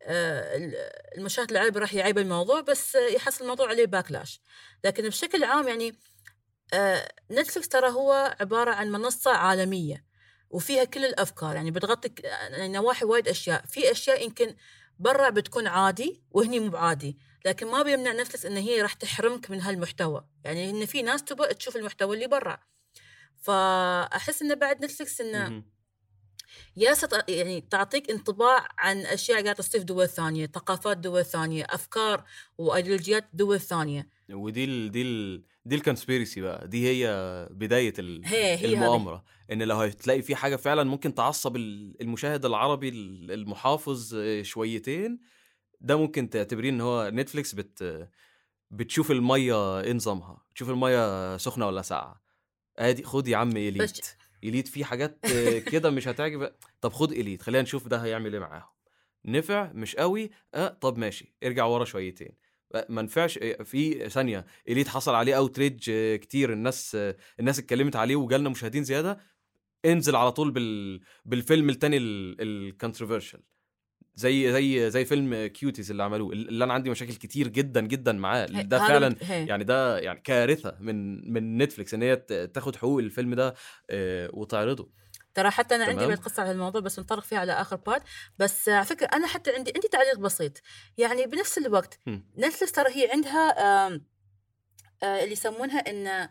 المشاهد العربي راح يعيب الموضوع، بس يحصل الموضوع عليه باكلاش. لكن بشكل عام يعني نتفليكس ترى هو عباره عن منصه عالميه وفيها كل الافكار، يعني بتغطي نواحي وايد اشياء. في اشياء يمكن برا بتكون عادي وهني مو عادي، لكن ما بيمنع نتفليكس ان هي راح تحرمك من هالمحتوى، يعني ان في ناس تبغى تشوف المحتوى اللي برا. فاحس ان بعد نتفليكس انه يعني تعطيك انطباع عن اشياء قاعده تصير في دول ثانيه، ثقافات دول ثانيه، افكار وايديولوجيات دول ثانيه. ودي الكونسبيرسي بقى، دي هي بدايه هي المؤامره. ان لو هتلاقي في حاجه فعلا ممكن تعصب المشاهد العربي المحافظ شويتين، ده ممكن تعتبريه ان هو نتفليكس بتشوف الميه ايه نظامها، تشوف الميه سخنه ولا ساقعه. ادي خد يا عم إليت في حاجات كده مش هتعجب، طب خد إليت خلينا نشوف ده هيعمل ايه معاهم. نفع مش قوي، طب ماشي ارجع ورا شويتين. ما نفعش في ثانيه إليت حصل عليه اوتريج كتير، الناس اتكلمت عليه وجالنا مشاهدين زياده، انزل على طول بالفيلم التاني الكونتروفيرشال، زي فيلم كيوتيز اللي عملوه، اللي انا عندي مشاكل كتير جدا جدا معاه. ده فعلا يعني ده يعني كارثه من نتفليكس ان هي تاخد حقوق الفيلم ده وتعرضه. ترى حتى انا عندي قصه على الموضوع بس نطرق فيها على اخر بارت. بس على فكره انا حتى عندي تعليق بسيط. يعني بنفس الوقت نتفليكس ترى هي عندها اللي يسمونها ان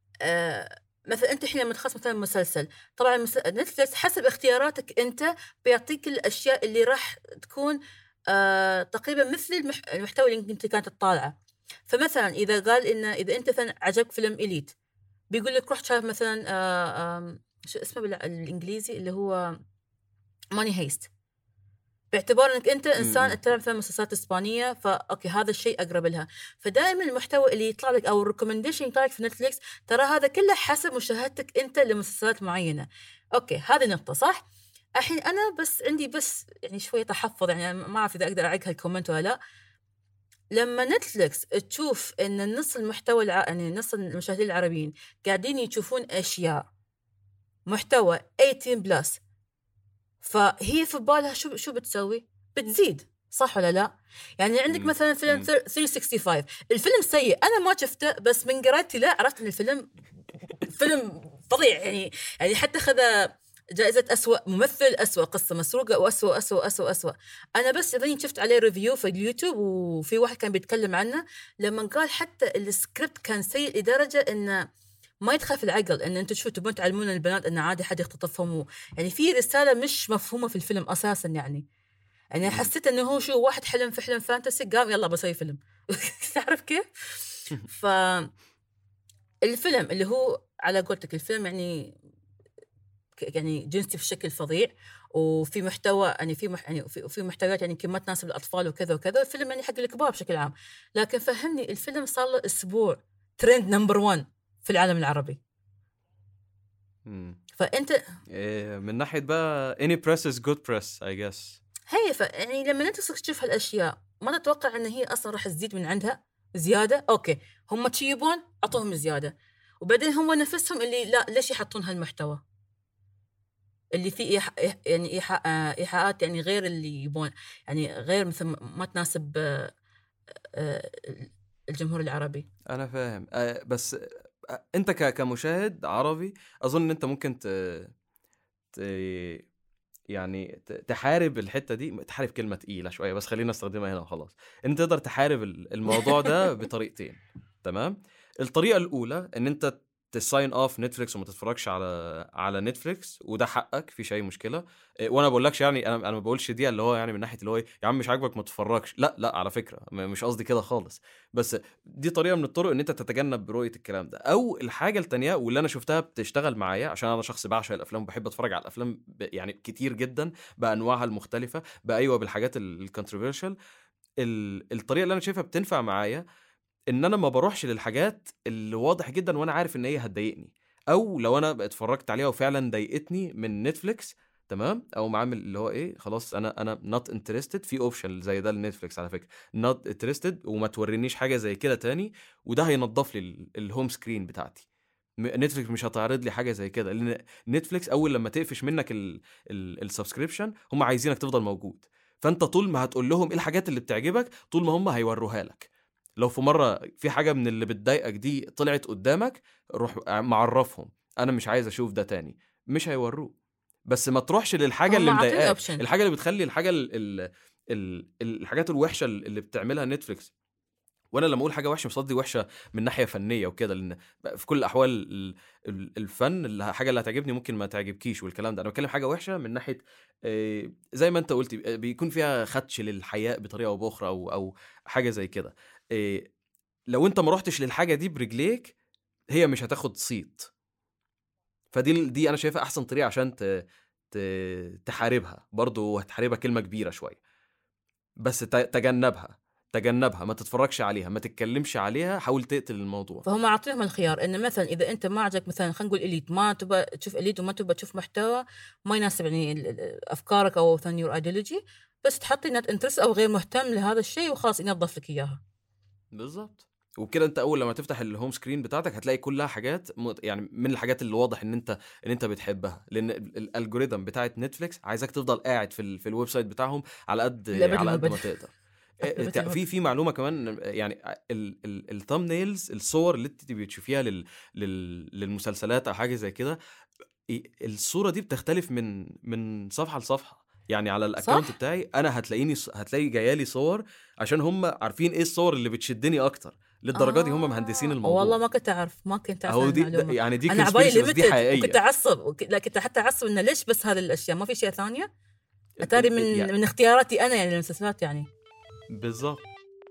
مثلا انت حين لما تخصص مثلا مسلسل، طبعا نتفليكس حسب اختياراتك انت بيعطيك الاشياء اللي راح تكون تقريبا مثل المحتوى اللي انت كانت تطالعه. فمثلا اذا قال ان اذا انت مثلا عجبك فيلم إليت، بيقول لك روح شاف مثلا شو اسمه بالانجليزي اللي هو ماني هيست، باعتبار انك انت انسان تتابع مثلا مسلسلات اسبانيه، فاوكي هذا الشيء اقرب لها. فدائما المحتوى اللي يطلع لك او الريكومنديشن يطلع لك في نتفليكس ترى هذا كله حسب مشاهدتك انت لمسلسلات معينه. اوكي هذه نقطه صح. الحين انا بس عندي يعني شويه تحفظ، يعني ما اعرف اذا اقدر اعيد هالكومنت ولا لا. لما نتفليكس تشوف ان نص المحتوى يعني نص المشاهدين العربيين قاعدين يشوفون اشياء محتوى 18+، فهي في بالها شو بتسوي؟ بتزيد، صح ولا لا؟ يعني عندك مثلا فيلم 365، الفيلم سيء، انا ما شفته، بس من قراءتي لا عرفت ان الفيلم فيلم فظيع. يعني حتى خذ جائزة أسوأ ممثل، أسوأ قصة مسروقة، وأسوأ أسوأ أسوأ أسوأ. أنا بس إذا شفت عليه ريفيو في اليوتيوب وفي واحد كان بيتكلم عنه، لما قال حتى السكريبت كان سيء لدرجة إنه ما يدخل في العقل ان انتم شو تبون تعلمون البنات ان عادي حد يختطفهم. يعني في رساله مش مفهومه في الفيلم اساسا. يعني حسيت انه هو شو واحد حلم في حلم فانتسي قام يلا بسوي فيلم. تعرف كيف؟ الفيلم اللي هو على قولتك الفيلم يعني جنسي بشكل فظيع، وفي محتوى يعني في محتويات يعني يمكن ما تناسب الاطفال وكذا وكذا. الفيلم يعني حق الكبار بشكل عام. لكن فهمني الفيلم صار له اسبوع ترند نمبر 1 في العالم العربي. فأنت من ناحية بقى any press is good press I guess. يعني لما انت تشوف هالاشياء ما تتوقع ان هي اصلا راح تزيد من عندها زياده. اوكي هم تيبون اعطوهم زياده، وبعدين هم نفسهم اللي لا ليش يحطون هالمحتوى اللي فيه يعني ايحاءات يعني غير اللي يبون، يعني غير مثل ما تناسب الجمهور العربي. انا فاهم بس انت كمشاهد عربي اظن ان انت ممكن ت... يعني تحارب الحتة دي. تحارب كلمة تقيلة شوية بس خلينا نستخدمها هنا وخلاص. انت تقدر تحارب الموضوع ده بطريقتين. تمام. الطريقة الأولى ان انت تساين اوف نتفليكس وما تتفرجش على نتفليكس، وده حقك، في شيء مشكله. وانا بقولكش يعني انا ما بقولش دي اللي هو يعني من ناحيه اللي هو يا عم مش عاجبك ما تتفرجش، لا على فكره مش قصدي كده خالص. بس دي طريقه من الطرق ان انت تتجنب رؤيه الكلام ده. او الحاجه التانية واللي انا شفتها بتشتغل معايا، عشان انا شخص بعشق الافلام وبحب اتفرج على الافلام يعني كتير جدا بانواعها المختلفه، بايوه بالحاجات الكونتروفيرشال. الطريقه اللي انا شايفها بتنفع معايا ان انا ما بروحش للحاجات اللي واضح جدا وانا عارف ان هي هتضايقني، او لو انا اتفرجت عليها وفعلا ضايقتني من نتفليكس تمام، او معامل اللي هو ايه خلاص انا نوت انترستد في اوبشن زي ده لنتفليكس على فكره، نوت انترستد وما تورينيش حاجه زي كده تاني، وده هينضف لي الهوم سكرين بتاعتي. نتفليكس مش هتعرض لي حاجه زي كده، لان نتفليكس اول لما تقفش منك السبسكريبشن هم عايزينك تفضل موجود. فانت طول ما هتقول لهم ايه الحاجات اللي بتعجبك طول ما هم هيوروها لك. لو في مرة في حاجة من اللي بتضايقك دي طلعت قدامك، روح معرفهم أنا مش عايز أشوف ده تاني، مش هيوروه. بس ما تروحش للحاجة اللي مضايقاك، الحاجة اللي بتخلي الحاجة الحاجات الوحشة اللي بتعملها نتفليكس. وانا لما اقول حاجه وحشه مش قصدي وحشه من ناحيه فنيه وكده، لان في كل الاحوال الفن الحاجه اللي هتعجبني ممكن ما تعجبكيش والكلام ده. انا بتكلم حاجه وحشه من ناحيه زي ما انت قلت بيكون فيها خدش للحياء بطريقه او باخرى او حاجه زي كده. لو انت ما رحتش للحاجه دي برجليك هي مش هتاخد صيت. فدي انا شايفها احسن طريقه عشان تحاربها. برضو هتحاربها كلمه كبيره شويه، بس تجنبها، ما تتفرجش عليها، ما تتكلمش عليها، حاول تقتل الموضوع. فهم عاطيهم الخيار ان مثلا اذا انت ما عجبك مثلا خلينا نقول اليت، ما تبى تشوف اليت وما تبى تشوف محتوى ما يناسب يعني افكارك او ثاني ايديولوجي، بس تحطي نت انترست او غير مهتم لهذا الشيء وخلاص ينظف لك اياها. بالظبط. وبكده انت اول لما تفتح الهوم سكرين بتاعتك هتلاقي كلها حاجات يعني من الحاجات اللي واضح ان انت بتحبها، لان الالجوريثم بتاعت نتفليكس عايزك تفضل قاعد في الويب سايت بتاعهم على قد ما تقدر. في معلومه كمان، يعني الثامبنيلز الصور اللي انت بتشوفيها للمسلسلات او حاجه زي كده، الصوره دي بتختلف من صفحه لصفحه. يعني على الاكونت بتاعي انا هتلاقي جايالي صور عشان هم عارفين ايه الصور اللي بتشدني اكتر. للدرجه دي هم مهندسين الموضوع. والله ما كنت اعرف المعلومه. يعني دي انا عبالي دي حقيقيه. كنت اعصب كنت حتى اعصب انه ليش بس هذه الاشياء ما في شيء ثانيه. اتاري من اختياراتي انا يعني المسلسلات يعني. بالظبط.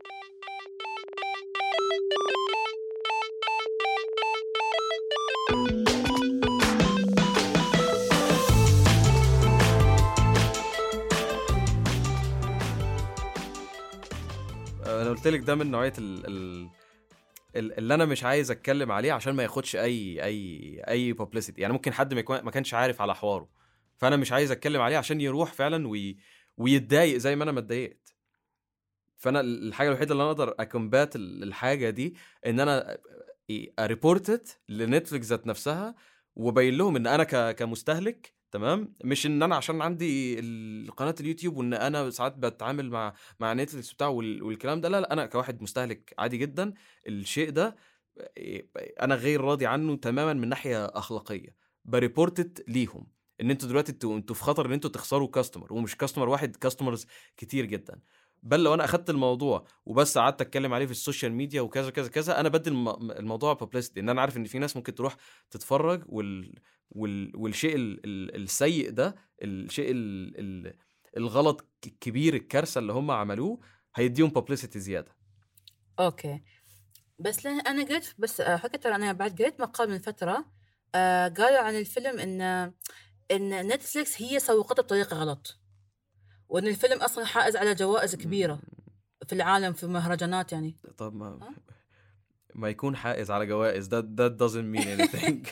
انا قلت لك ده من نوعيه اللي انا مش عايز اتكلم عليه عشان ما ياخدش اي publicity. يعني ممكن حد ما كانش عارف على حواره، فانا مش عايز اتكلم عليه عشان يروح فعلا ويتضايق زي ما انا ما اتضايقت. فانا الحاجه الوحيده اللي انا اقدر اكمبات الحاجه دي ان انا ريبورتت لنتفليكس ذات نفسها وبين لهم ان انا كمستهلك تمام، مش ان انا عشان عندي قناه اليوتيوب وان انا ساعات بتعامل مع نتفليكس بتاعه والكلام ده. لا انا كواحد مستهلك عادي جدا الشيء ده انا غير راضي عنه تماما من ناحيه اخلاقيه. بريبورتت ليهم ان انتوا دلوقتي انتوا في خطر ان انتوا تخسروا كاستمر، ومش كاستمر واحد، كاستمرز كتير جدا. بل لو انا اخدت الموضوع وبس قعدت اتكلم عليه في السوشيال ميديا وكذا كذا كذا، انا بدي الموضوع بابليستي، ان انا عارف ان في ناس ممكن تروح تتفرج والشيء السيء ده، الشيء الغلط الكبير، الكارثه اللي هم عملوه هيديهم بابليستي زياده. اوكي. بس انا قريت بس حكيت انا بعد قريت مقال من فتره قالوا عن الفيلم ان نتفليكس هي سوقته بطريقه غلط، وان الفيلم اصلا حائز على جوائز كبيره في العالم في مهرجانات يعني. طب ما يكون حائز على جوائز ده doesn't mean anything.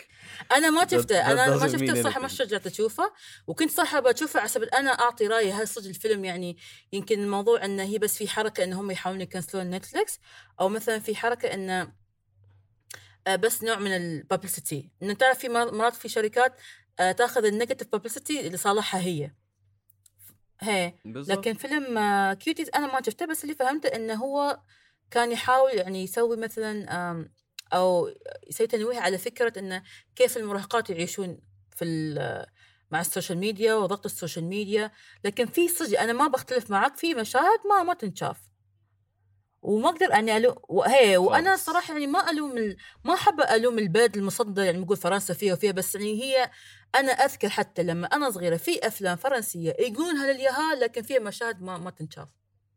انا ما شفته، انا ما doesn't شفته mean صراحه، ما anything. شجعت اشوفه، وكنت صراحه بشوفه على سبيل انا اعطي رايي هل صدق الفيلم يعني يمكن الموضوع انه هي بس في حركه ان هم يحاولون يكنسلون نتفليكس، او مثلا في حركه انه بس نوع من البابليستي، انه تعرف في مرات في شركات تاخذ النيجاتيف بابليستي لصالحها هي. بالظبط. لكن فيلم كيوتيز انا ما شفته، بس اللي فهمته انه هو كان يحاول يعني يسوي مثلا او يسوي تنويه على فكره انه كيف المراهقات يعيشون في مع السوشيال ميديا وضغط السوشيال ميديا. لكن في صدق انا ما بختلف معك في مشاهد ما تنشاف، وما اقدر اني وانا خالص. صراحه يعني ما حابه الوم البلد المصدر، يعني نقول فرنسا فيها بس يعني هي انا اذكر حتى لما انا صغيره في افلام فرنسيه يقولونها لليهال لكن فيها مشاهد ما تنشاف.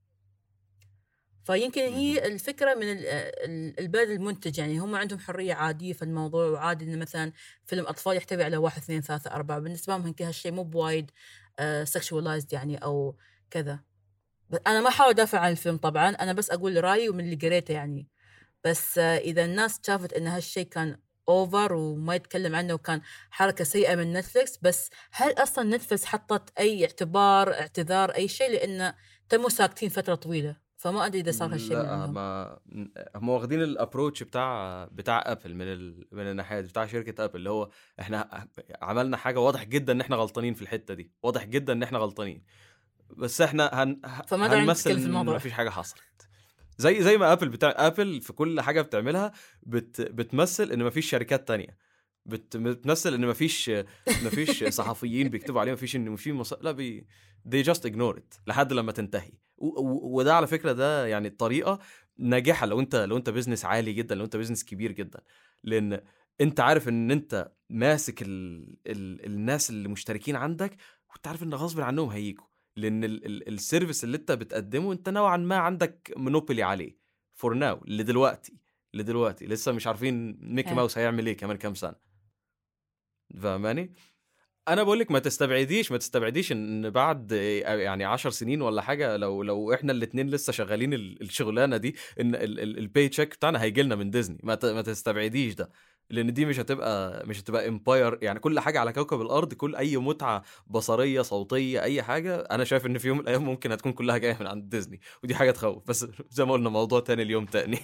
فيمكن هي الفكره من البلد المنتج، يعني هم عندهم حريه عاديه في الموضوع، وعادي ان مثلا فيلم اطفال يحتوي على 1 2 3 4 بالنسبه لهم يمكن هالشيء مو بوايد سكشواليزد يعني او كذا. انا ما احاول ادافع عن الفيلم طبعا، انا بس اقول رايي ومن اللي قريته يعني. بس اذا الناس شافت ان هالشيء كان اوفر وما يتكلم عنه وكان حركه سيئه من نتفلكس، بس هل اصلا نتفلكس حطت اي اعتذار اي شيء؟ لان تموا ساكتين فتره طويله، فما ادري اذا صار هالشيء من لا، عندهم. ما هم واخدين الابروتش بتاع ابل من الناحيه بتاع شركه ابل، اللي هو احنا عملنا حاجه واضح جدا ان احنا غلطانين في الحته دي، واضح جدا ان احنا غلطانين، بس احنا فما داعي هنمثل نتكلم في ان الموضوع. مفيش حاجه حصلت. زي ما ابل في كل حاجه بتعملها بتمثل ان مفيش شركات تانية، بتمثل ان مفيش صحفيين بيكتبوا عليه، مفيش ان لا they just ignore it لحد لما تنتهي. وده على فكره ده يعني طريقه ناجحه لو انت بيزنس عالي جدا، لو انت بيزنس كبير جدا، لان انت عارف ان انت ماسك الناس اللي مشتركين عندك، وانت عارف ان غصب عنهم هيجوا، لان السيرفيس اللي انت بتقدمه انت نوعا ما عندك مونوبولي عليه فور ناو، لدلوقتي لسه مش عارفين ميكي ماوس هيعمل ايه كمان كام سنه. فاهماني؟ انا بقول لك ما تستبعديش ان بعد يعني 10 سنين ولا حاجه، لو احنا الاثنين لسه شغالين الشغلانه دي، ان الباي تشيك بتاعنا هيجي لنا من ديزني. ما تستبعديش ده، لان دي مش هتبقى امباير. يعني كل حاجه على كوكب الارض، كل اي متعه بصريه صوتيه اي حاجه، انا شايف ان في يوم من الايام ممكن هتكون كلها جايه من عند ديزني، ودي حاجه تخوف. بس زي ما قلنا موضوع تاني اليوم تاني.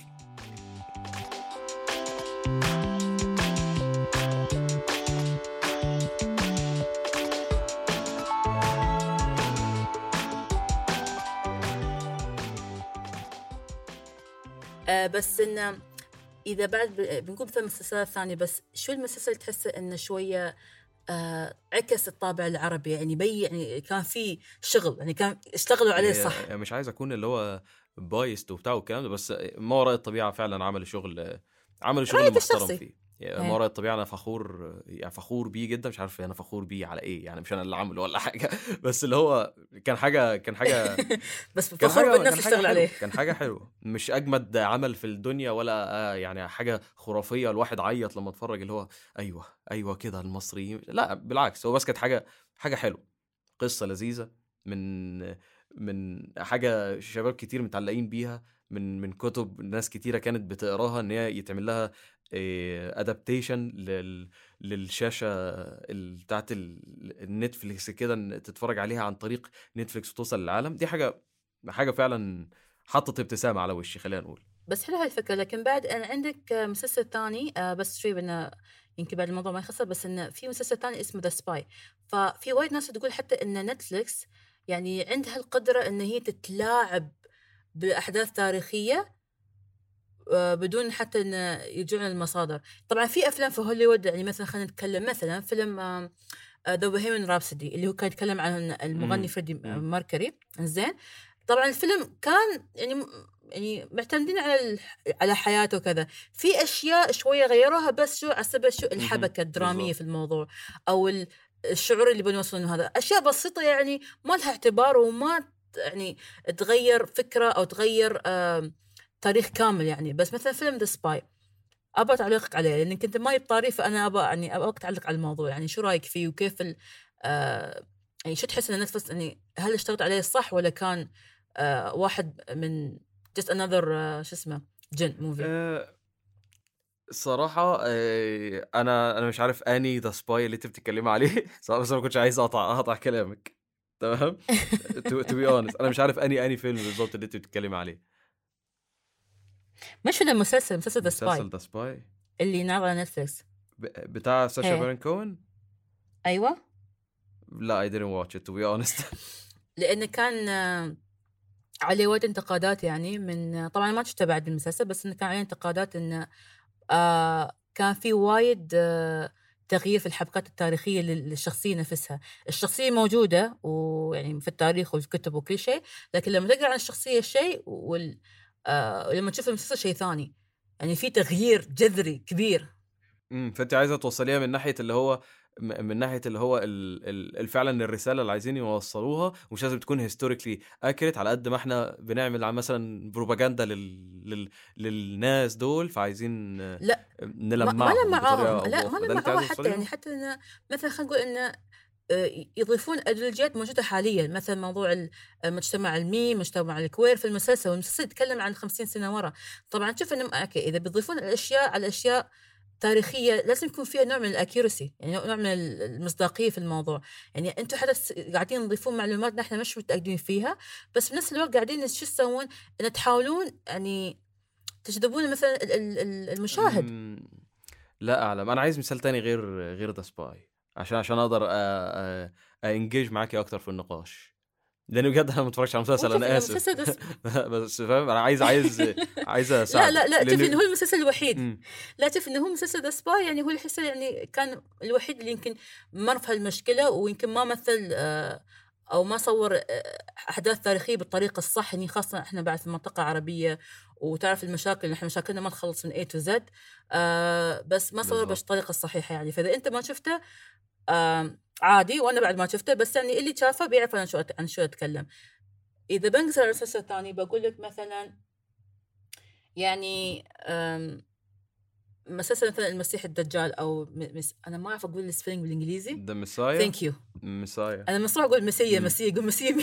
بس إنه إذا بعد بنقول مثلا مسلسلات ثانية، بس شو المسلسل تحسه إنه شوية عكس الطابع العربي، يعني يعني كان في شغل، يعني كان اشتغلوا عليه صح. يعني مش عايز اكون اللي هو بايست وبتاع والكلام ده، بس ما وراء الطبيعه فعلا عملوا شغل رأيك محترم الشخصي. فيه. يعني ما وراء الطبيعه انا فخور بيه جدا. مش عارف انا فخور بيه على ايه، يعني مش انا اللي عامله ولا حاجه بس اللي هو كان حاجه بس فخور بالناس اللي اشتغل عليه. كان حاجه حلوه، مش اجمد عمل في الدنيا ولا يعني حاجه خرافيه الواحد عيط لما اتفرج، اللي هو ايوه كده المصريين. لا بالعكس، هو بس كانت حاجه حلوه، قصه لذيذه من حاجه شباب كتير متعلقين بيها، من كتب ناس كتيره كانت بتقراها، ان هي يتعمل لها ادابتيشن للشاشه بتاعت النتفليكس كده، ان تتفرج عليها عن طريق نتفليكس وتوصل للعالم. دي حاجه فعلا حطت ابتسامه على وشي، خلينا نقول. بس حلو هاي الفكرة. لكن بعد أنا عندك مسلسل ثاني بس شوي إنه يمكن بعد الموضوع ما يخسر، بس إنه في مسلسل ثاني اسمه ذا سباي. ففي وايد ناس تقول حتى إن نتفليكس يعني عندها القدرة إن هي تتلاعب بأحداث تاريخية بدون حتى إن يرجعون للمصادر. طبعا في أفلام في هوليوود، يعني مثلا خلينا نتكلم مثلا فيلم ذا بوهيميان رابسودي اللي هو كان يتكلم عن المغني فريدي ماركوري. إنزين طبعا الفيلم كان يعني معتمدين على حياته وكذا. في اشياء شويه غيروها بس شو على سبب شو الحبكه الدراميه في الموضوع، او الشعور اللي بنوصله. هذا اشياء بسيطه يعني ما لها اعتبار، وما يعني تغير فكره او تغير تاريخ كامل يعني. بس مثلا فيلم ذا سباي ابى تعليقك عليه، لانك انت ما يبطاري، فانا ابى تعلق على الموضوع. يعني شو رايك فيه وكيف يعني شو تحس ان نتفلكس يعني هل اشتغلت عليه صح، ولا كان واحد من just another شو اسمه جن موفي؟ الصراحة أنا مش عارف أني ذا سباي اللي أنت بتتكلمي عليه صراحة، بس أنا ما كنتش عايز أقطع كلامك. تمام. to be honest أنا مش عارف أني فيلم بالظبط اللي أنت بتتكلمي عليه. مش في المسلسل، مسلسل ذا سباي مسلسل ذا سباي اللي نازل على نتفليكس. بتاع ساشا بارون كوهن. أيوة. لا I didn't watch it to be honest. لأنه كان عليه وايد انتقادات، يعني من طبعا ما شفته بعد المسلسل، بس إنه كان عليه انتقادات إنه كان في وايد تغيير في الحبكات التاريخية للشخصية نفسها. الشخصية موجودة ويعني في التاريخ والكتب وكل شيء، لكن لما تقرأ عن الشخصية شيء ولما تشوف المسلسل شيء ثاني، يعني في تغيير جذري كبير. فأنت عايزة توصليها من ناحية اللي هو فعلا الرسالة اللي عايزين يوصلوها مش لازم تكون هيستوريكلي اكيريت، على قد ما احنا بنعمل مثلا بروباجندا للناس دول، فعايزين لا نلمعهم بطريقة. لا ما لمعهم حتى، يعني حتى إنه مثلا خلينا نقول إنه يضيفون أدلجات موجودة حاليا، مثلا موضوع المجتمع الميم، مجتمع الكوير في المسلسل، والمسلسل يتكلم عن 50 سنة ورا. طبعا شوف إنه إذا بيضيفون الأشياء على أشياء تاريخية لازم يكون فيها نوع من الأكيورسي، يعني نوع من المصداقية في الموضوع. يعني أنتم حدث قاعدين تضيفون معلومات نحن مش متأكدين فيها، بس بنفس الوقت قاعدين شو تسوون؟ إن تحاولون يعني تجذبون مثلا المشاهد. لا أعلم، أنا عايز مثال تاني غير ذا سباي عشان أقدر انجيج معاكي أكتر في النقاش، لأنه بجد أنا ما اتفرجتش على المسلسل، أنا آسف. بس فاهم، أنا عايز أساعد. لا شوف إنه هو المسلسل الوحيد. لا شوف إنه هو مسلسل ذا سباي، يعني هو الحس يعني كان الوحيد اللي يمكن مر في المشكلة، ويمكن ما مثل أو ما صور أحداث تاريخية بالطريقة الصح، يعني خاصة إحنا بعد في المنطقة العربية وتعرف المشاكل، نحن مشاكلنا ما تخلص من A to Z، بس ما صور بالطريقة الصحيحة يعني. فإذا أنت ما شفته عادي، وأنا بعد ما شفته، بس يعني اللي شافه بيعرف عن شو أتكلم. إذا بنقصر على مسلسل ثاني بقول لك مثلا يعني مسلسل مثلا المسيح الدجال، أو أنا ما أعرف أقول السبيلنج بالإنجليزي. The Messiah. Thank you. Messiah. أنا مصروح أقول مسيح أقول مسيح.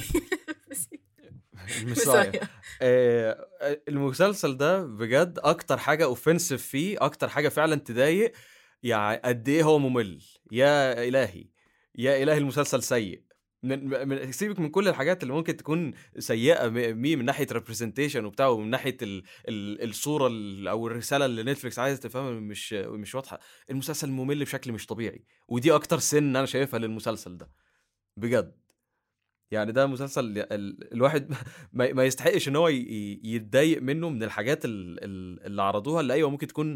المسلسل ده بجد اكتر حاجه اوفنسيف فيه، اكتر حاجه فعلا تضايق، يعني قد ايه هو ممل. يا الهي يا الهي المسلسل سيء. سيبك من كل الحاجات اللي ممكن تكون سيئه من ناحيه ريبريزنتيشن وبتاع، ومن ناحيه الصوره او الرساله اللي نتفليكس عايز تفهمها مش واضحه. المسلسل ممل بشكل مش طبيعي، ودي اكتر سن انا شايفها للمسلسل ده بجد. يعني ده مسلسل الواحد ما يستحقش ان هو يتضايق منه من الحاجات اللي عرضوها، اللي ايوه ممكن تكون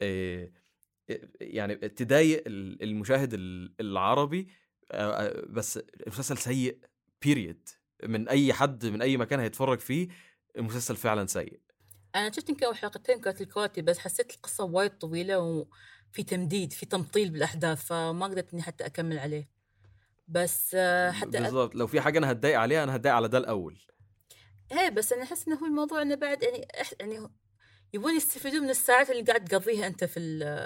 يعني تضايق المشاهد العربي، بس المسلسل سيء بيريد. من اي حد من اي مكان هيتفرج فيه المسلسل فعلا سيء. انا شفت يمكن اول حلقتين كانت الكواليتي، بس حسيت القصه وايد طويله وفي تمديد، في تمطيل بالاحداث، فما قدرت اني حتى اكمل عليه. بس حتى بالضبط لو في حاجه انا هتضايق عليها انا هتضايق على ده الاول. بس انا احس انه هو الموضوع انه بعد يعني يبون يستفيدون من الساعات اللي قاعد تقضيها انت في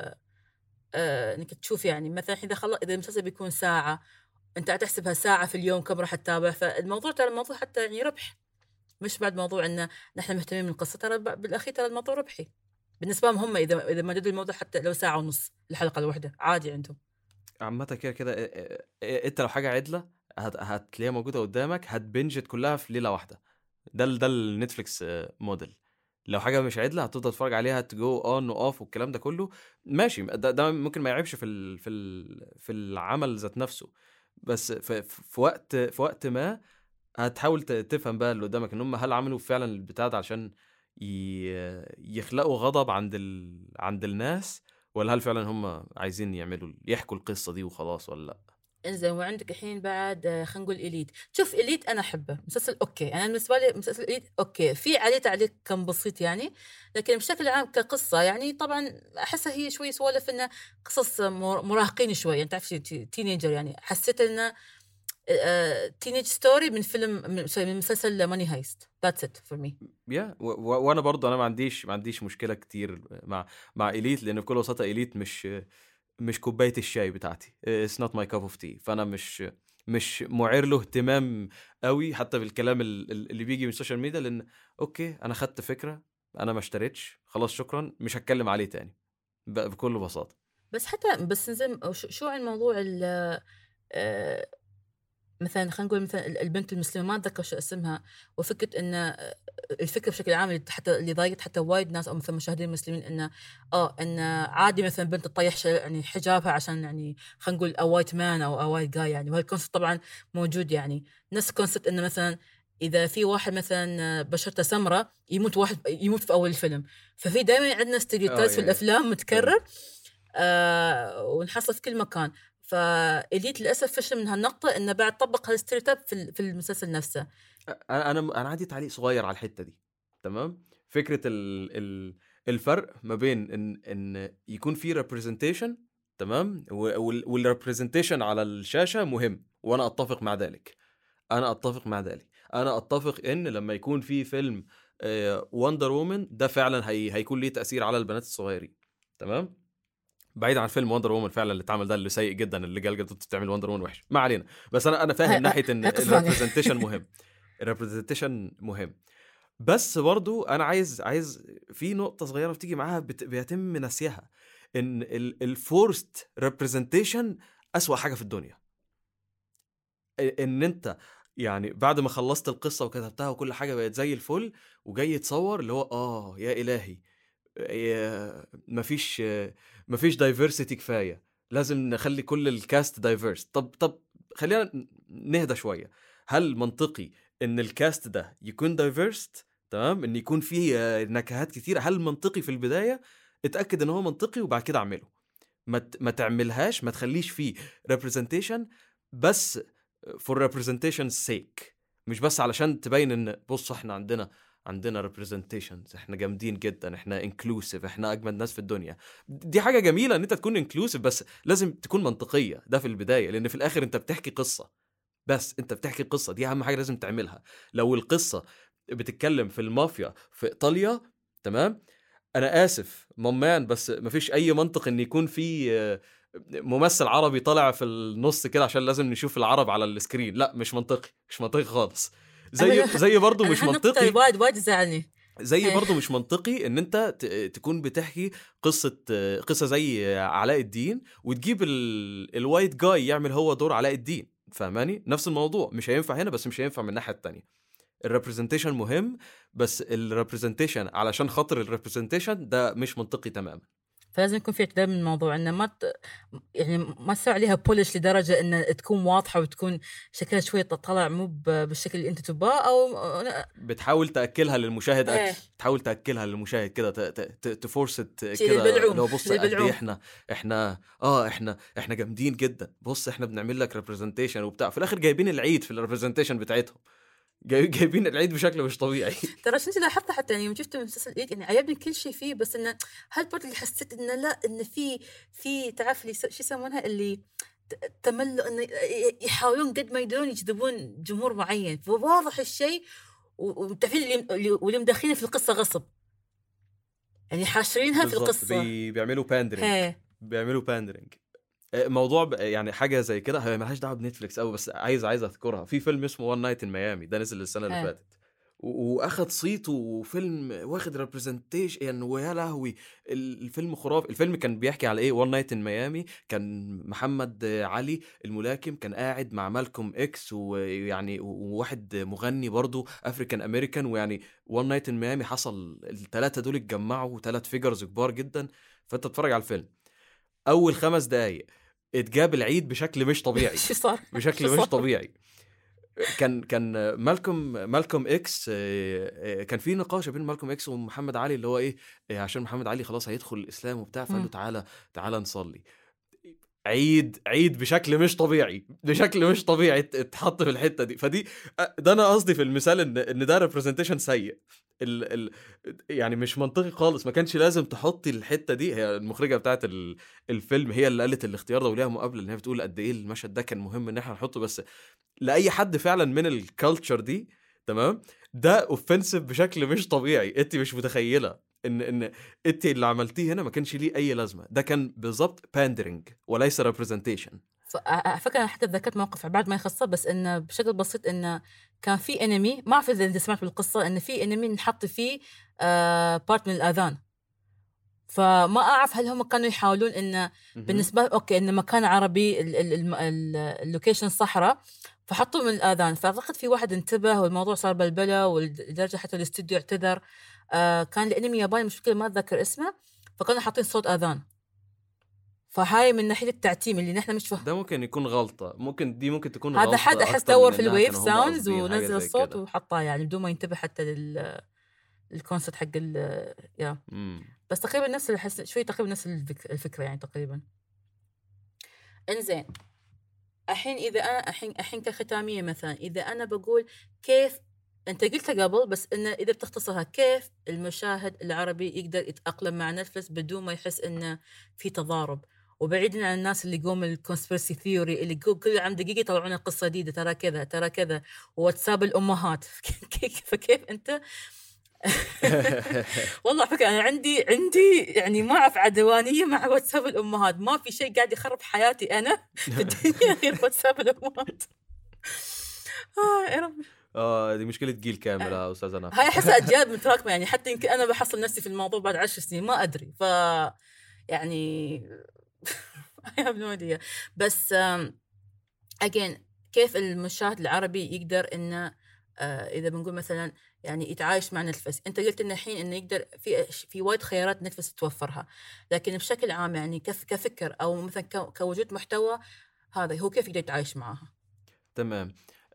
انك تشوف. يعني مثلا اذا المسلسل بيكون ساعه، انت هتحسبها ساعه في اليوم كم راح تتابع. فالموضوع ترى الموضوع حتى يعني ربح، مش بعد موضوع انه نحن مهتمين من القصه، ترى بالاخير ترى الموضوع ربحي بالنسبه لهم هم. اذا مددوا الموضوع حتى لو ساعه ونص الحلقه الواحده عادي عندهم. عامة كده انت لو حاجة عدلة هتلاقيها موجودة قدامك، هتبنجت كلها في ليلة واحدة. ده النتفليكس موديل. لو حاجة مش عدلة هتفضل تتفرج عليها تجو اون واوف والكلام ده كله ماشي. ده ممكن ما يعيبش في العمل ذات نفسه، بس في وقت ما هتحاول تفهم بقى اللي قدامك ان هم هل عملوا فعلا البتاع ده عشان يخلقوا غضب عند الناس، ولا هل فعلا هم عايزين يحكوا القصة دي وخلاص ولا لا. انزين، وعندك الحين بعد خلينا نقول إليت. شوف إليت انا احبه مسلسل اوكي، انا بالنسبه لي مسلسل إليت اوكي، في عليه تعليق كان بسيط يعني، لكن بشكل عام كقصه يعني طبعا احسها هي شوي سوالف انه قصص مراهقين شوي، يعني تعرف تينيجر. يعني حسيت انه تينيج ستوري من فيلم من مسلسل ماني هايست. ذاتس ات فور مي. وانا برضه انا ما عنديش مشكله كتير مع إليت، لان بكل بساطه إليت مش كوبايه الشاي بتاعتي. It's not my cup of tea. فانا مش معير له اهتمام قوي حتى بالكلام اللي بيجي من السوشيال ميديا، لان اوكي انا خدت فكره، انا ما اشتريتش خلاص شكرا، مش هتكلم عليه تاني. بكل بساطه. بس حتى بس زي شو عن موضوع مثلا خلينا نقول مثلا البنت المسلمه ما اتذكر شو اسمها، وفكره ان الفكره بشكل عام حتى اللي ضايقت حتى وايد ناس او مثلا مشاهدين مسلمين ان عادي مثلا بنت تطيح يعني حجابها عشان يعني خلينا نقول وايت مان او وايت جاي يعني. وهي الكونسبت طبعا موجود يعني نفس الكونسبت انه مثلا اذا في واحد مثلا بشرته سمراء يموت في اول الفيلم. ففي دائما عندنا ستيريوتايبس في الافلام متكرر ونحصل في كل مكان. فإليت للأسف فشل من هالنقطة إنه بعد طبق هالستيريوتايب في المسلسل نفسه. أنا عندي تعليق صغير على الحتة دي. تمام. فكرة الفرق ما بين إن يكون في representation، تمام، والrepresentation على الشاشة مهم، وأنا أتفق مع ذلك. أنا أتفق إن لما يكون في فيلم وندر وومن ده فعلا هيكون ليه تأثير على البنات الصغيرين. تمام. بعيد عن فيلم وندر وومن فعلا اللي اتعمل ده اللي سيء جدا، اللي جال جدته تعمل وندر وومن وحش، ما علينا. بس انا فاهم ناحيه ان الريبريزنتيشن مهم. الريبريزنتيشن مهم، بس برضو انا عايز في نقطه صغيره بتيجي معاها بيتم نسيها، ان الفورست ريبريزنتيشن اسوأ حاجه في الدنيا. ان انت يعني بعد ما خلصت القصه وكتبتها وكل حاجه بقت زي الفل، وجاي تصور اللي هو يا الهي مفيش دايفرسيتي كفايه، لازم نخلي كل الكاست دايفرس. طب خلينا نهدى شويه. هل منطقي ان الكاست ده يكون دايفرست؟ تمام، ان يكون فيه نكهات كتيره. هل منطقي في البدايه؟ اتاكد ان هو منطقي وبعد كده اعمله. ما تعملهاش، ما تخليش فيه representation بس for representation's sake، مش بس علشان تبين ان بص احنا عندنا representations، احنا جامدين جدا، احنا inclusive، احنا اجمد ناس في الدنيا. دي حاجة جميلة ان انت تكون inclusive، بس لازم تكون منطقية ده في البداية، لان في الاخر انت بتحكي قصة، بس انت بتحكي قصة، دي اهم حاجة لازم تعملها. لو القصة بتتكلم في المافيا في ايطاليا، تمام، انا اسف ممان، بس مفيش اي منطق ان يكون في ممثل عربي طالع في النص كده عشان لازم نشوف العرب على السكرين. لا، مش منطقي خالص. زي برضو مش منطقي وايد زعلني. زي برضو مش منطقي ان انت تكون بتحكي قصة زي علاء الدين وتجيب الوايت جاي يعمل هو دور علاء الدين. فهماني؟ نفس الموضوع مش هينفع هنا، بس مش هينفع من الناحية التانية. الريبريزنتيشن مهم، بس الريبريزنتيشن علشان خاطر الريبريزنتيشن ده مش منطقي تماما. فلازم يكون في اعتدال من الموضوع، انه يعني ما تسوي عليها بولش لدرجه ان تكون واضحه وتكون شكلها شويه طالع مو بالشكل اللي انت تبغاه، او بتحاول تاكلها للمشاهد اكل. تحاول تاكلها للمشاهد كده، تفورس كده، لو بص قد ايه احنا جامدين جدا، بص احنا بنعمل لك ريبريزنتيشن وبتاع، في الاخر جايبين العيد في الريبريزنتيشن بتاعتهم، جايبين العيد بشكل مش طبيعي. ترى انت لاحظت حتى يعني شفت مسلسل العيد يعني عجبني كل شيء فيه، بس انه هالبارت اللي حسيت انه لا، انه في تعرف لي شو يسمونها اللي تمل، انه يحاولون قد ما يقدرون يجذبون جمهور معين، فواضح الشيء وتعرفين اللي مدخلين في القصه غصب، يعني حاشرينها في القصه، بيعملوا باندرينج. موضوع يعني حاجه زي كده هي ملهاش دعوه بنتفليكس قوي، بس عايز اذكرها. في فيلم اسمه وان نايت ان ميامي، ده نزل السنه اللي فاتت واخد صيته، وفيلم واخد ريبريزنتيشن يعني، ويا لهوي الفيلم خرافي. الفيلم كان بيحكي على ايه؟ وان نايت ان ميامي كان محمد علي الملاكم كان قاعد مع مالكوم اكس ويعني وواحد مغني برضو افريكان امريكان، ويعني وان نايت ان ميامي حصل الثلاثه دول اتجمعوا، ثلاث فيجرز كبار جدا. فانت تتفرج على الفيلم، اول 5 دقايق اتجاب العيد بشكل مش طبيعي. بشكل مش طبيعي. كان مالكوم اكس، كان في نقاش بين مالكوم اكس ومحمد علي اللي هو ايه، عشان محمد علي خلاص هيدخل الاسلام وبتاع، فقال له تعالى نصلي. عيد بشكل مش طبيعي اتحط في الحته دي. فدي ده انا قصدي في المثال ان ده ريبريزنتيشن سيء. يعني مش منطقي خالص. ما كانش لازم تحطي الحته دي. هي المخرجه بتاعت الفيلم هي اللي قالت الاختيار ده، وليها مقابله ان هي بتقول قد ايه المشهد ده كان مهم ان احنا نحطه، بس لاي حد فعلا من الكالتشر دي، تمام، ده اوفنسيف بشكل مش طبيعي. انت مش متخيله ان انت اللي عملتيه هنا ما كانش ليه اي لازمه. ده كان بالظبط باندرينج وليس ريبريزنتيشن. فكرة أنا حتى ذكرت موقف بعد ما يخصه، بس إنه بشكل بسيط إنه كان في انمي، ما أعرف إذا أنت سمعت بالقصة، إنه في انمي نحط فيه بارت من الآذان، فما أعرف هل هم كانوا يحاولون إنه بالنسبة أوكي إنه مكان عربي اللوكيشن صحراء فحطوا من الآذان. فأعتقد في واحد انتبه والموضوع صار بلبلة ولدرجة حتى الاستوديو اعتذر. كان الأنمي ياباني مش فاكر ما أتذكر اسمه، فكانوا حاطين صوت آذان. فهاي من ناحية التعتيم اللي نحن مش فاهم. ده ممكن يكون غلطة، ممكن تكون هذا غلطة حد أحس أكتر دور من في إنها الويف كانوا هم ساوندز قاصدين حاجة ونزل زي الصوت كده. وحطاه يعني بدون ما ينتبه حتى الكونسبت حق يا بس تقريبا نفس الحس شوي، تقريبا نفس الفكرة يعني تقريبا. انزين الحين إذا أنا الحين كختامية مثلا، إذا أنا بقول كيف أنت قلتها قبل بس إنه إذا بتختصرها، كيف المشاهد العربي يقدر يتأقلم مع نتفلكس بدون ما يحس إنه في تضارب، وبعيداً عن الناس اللي يقوم الكونسبيرسي ثيوري اللي كل عام دقيقة يطلعون قصة جديدة، ترى كذا ترى كذا، واتساب الأمهات. فكيف أنت والله فكرة أنا عندي يعني ما أعرف عدوانية مع واتساب الأمهات، ما في شيء قاعد يخرب حياتي أنا في الدنيا غير واتساب الأمهات. يا رب. دي مشكلة جيل كامل يا أستاذة نافع. هاي أحس أجيال متراكمة يعني، حتى يمكن أنا بحصل نفسي في الموضوع بعد 10 سنين ما أدري. يعني I have no idea. بس again كيف المشاهد العربي يقدر إنه إذا بنقول مثلا يعني يتعايش مع نتفلكس؟ أنت قلت إن الحين إنه يقدر في وايد خيارات نتفلكس توفرها، لكن بشكل عام يعني كفكر أو مثلا كوجود محتوى، هذا هو كيف يقدر يتعايش معها؟ تمام.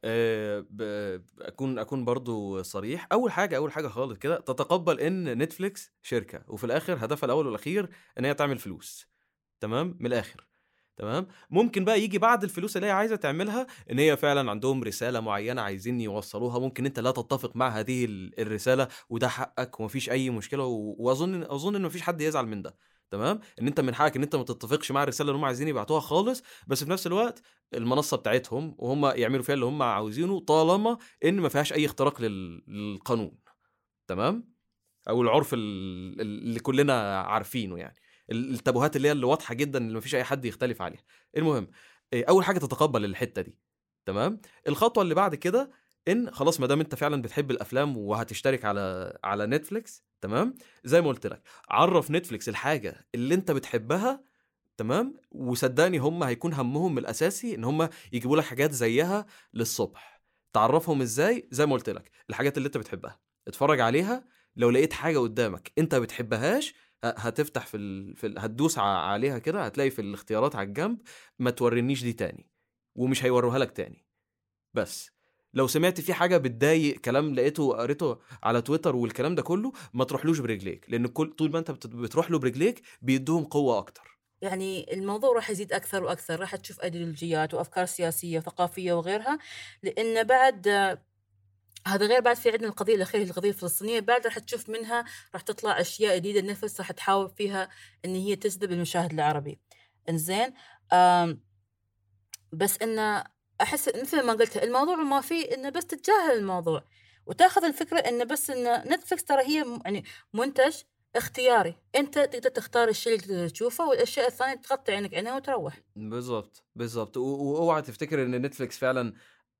أكون برضو صريح. أول حاجة خالص كده تتقبل إن نتفليكس شركة، وفي الآخر هدفها الأول والأخير إن هي تعمل فلوس. تمام من الآخر. تمام. ممكن بقى يجي بعد الفلوس اللي هي عايزة تعملها إن هي فعلا عندهم رسالة معينة عايزين يوصلوها، ممكن أنت لا تتفق مع هذه الرسالة وده حقك ومفيش أي مشكلة، وأظن إن مفيش حد يزعل من ده. تمام. ان انت من حقك ان انت ما تتفقش مع الرساله اللي هم عايزين يبعتوها خالص، بس في نفس الوقت المنصه بتاعتهم وهم يعملوا فيها اللي هم عاوزينه طالما ان ما فيهاش اي اختراق للقانون. تمام. او العرف اللي كلنا عارفينه يعني، التابوهات اللي هي اللي واضحه جدا اللي ما فيش اي حد يختلف عليها. المهم اول حاجه تتقبل الحته دي. تمام. الخطوه اللي بعد كده ان خلاص ما دام انت فعلا بتحب الافلام وهتشترك على نتفليكس، تمام، زي ما قلت لك عرف نتفليكس الحاجه اللي انت بتحبها. تمام. وصدقني هم هيكون همهم الاساسي ان هم يجيبوا لك حاجات زيها للصبح. تعرفهم ازاي؟ زي ما قلت لك الحاجات اللي انت بتحبها اتفرج عليها، لو لقيت حاجه قدامك انت بتحبهاش هتفتح هتدوس عليها كده، هتلاقي في الاختيارات على الجنب ما تورينيش دي تاني، ومش هيوروها لك تاني. بس لو سمعت في حاجه بتضايق، كلام لقيته قريته على تويتر والكلام ده كله، ما تروحلوش برجليك، لان طول ما انت بتروح له برجليك بيدوهم قوه اكتر. يعني الموضوع راح يزيد أكثر وأكثر، راح تشوف أيديولوجيات وأفكار سياسية وثقافية وغيرها، لأن بعد هذا غير بعد في عندنا القضية الأخيرة القضية الفلسطينية، بعد راح تشوف منها راح تطلع أشياء جديدة نفس راح تحاول فيها إن هي تجذب المشاهد العربي. إنزين بس إنه أحس مثل ما قلت الموضوع ما فيه إنه بس تتجاهل الموضوع وتأخذ الفكرة إنه بس إنه نتفلكس ترى هي يعني منتج اختياري، أنت تقدر تختار الشيء اللي تقدر تشوفه، والأشياء الثانية تغطي عينك عنها وتروح. بالضبط. واوعى تفتكر ان نتفليكس فعلا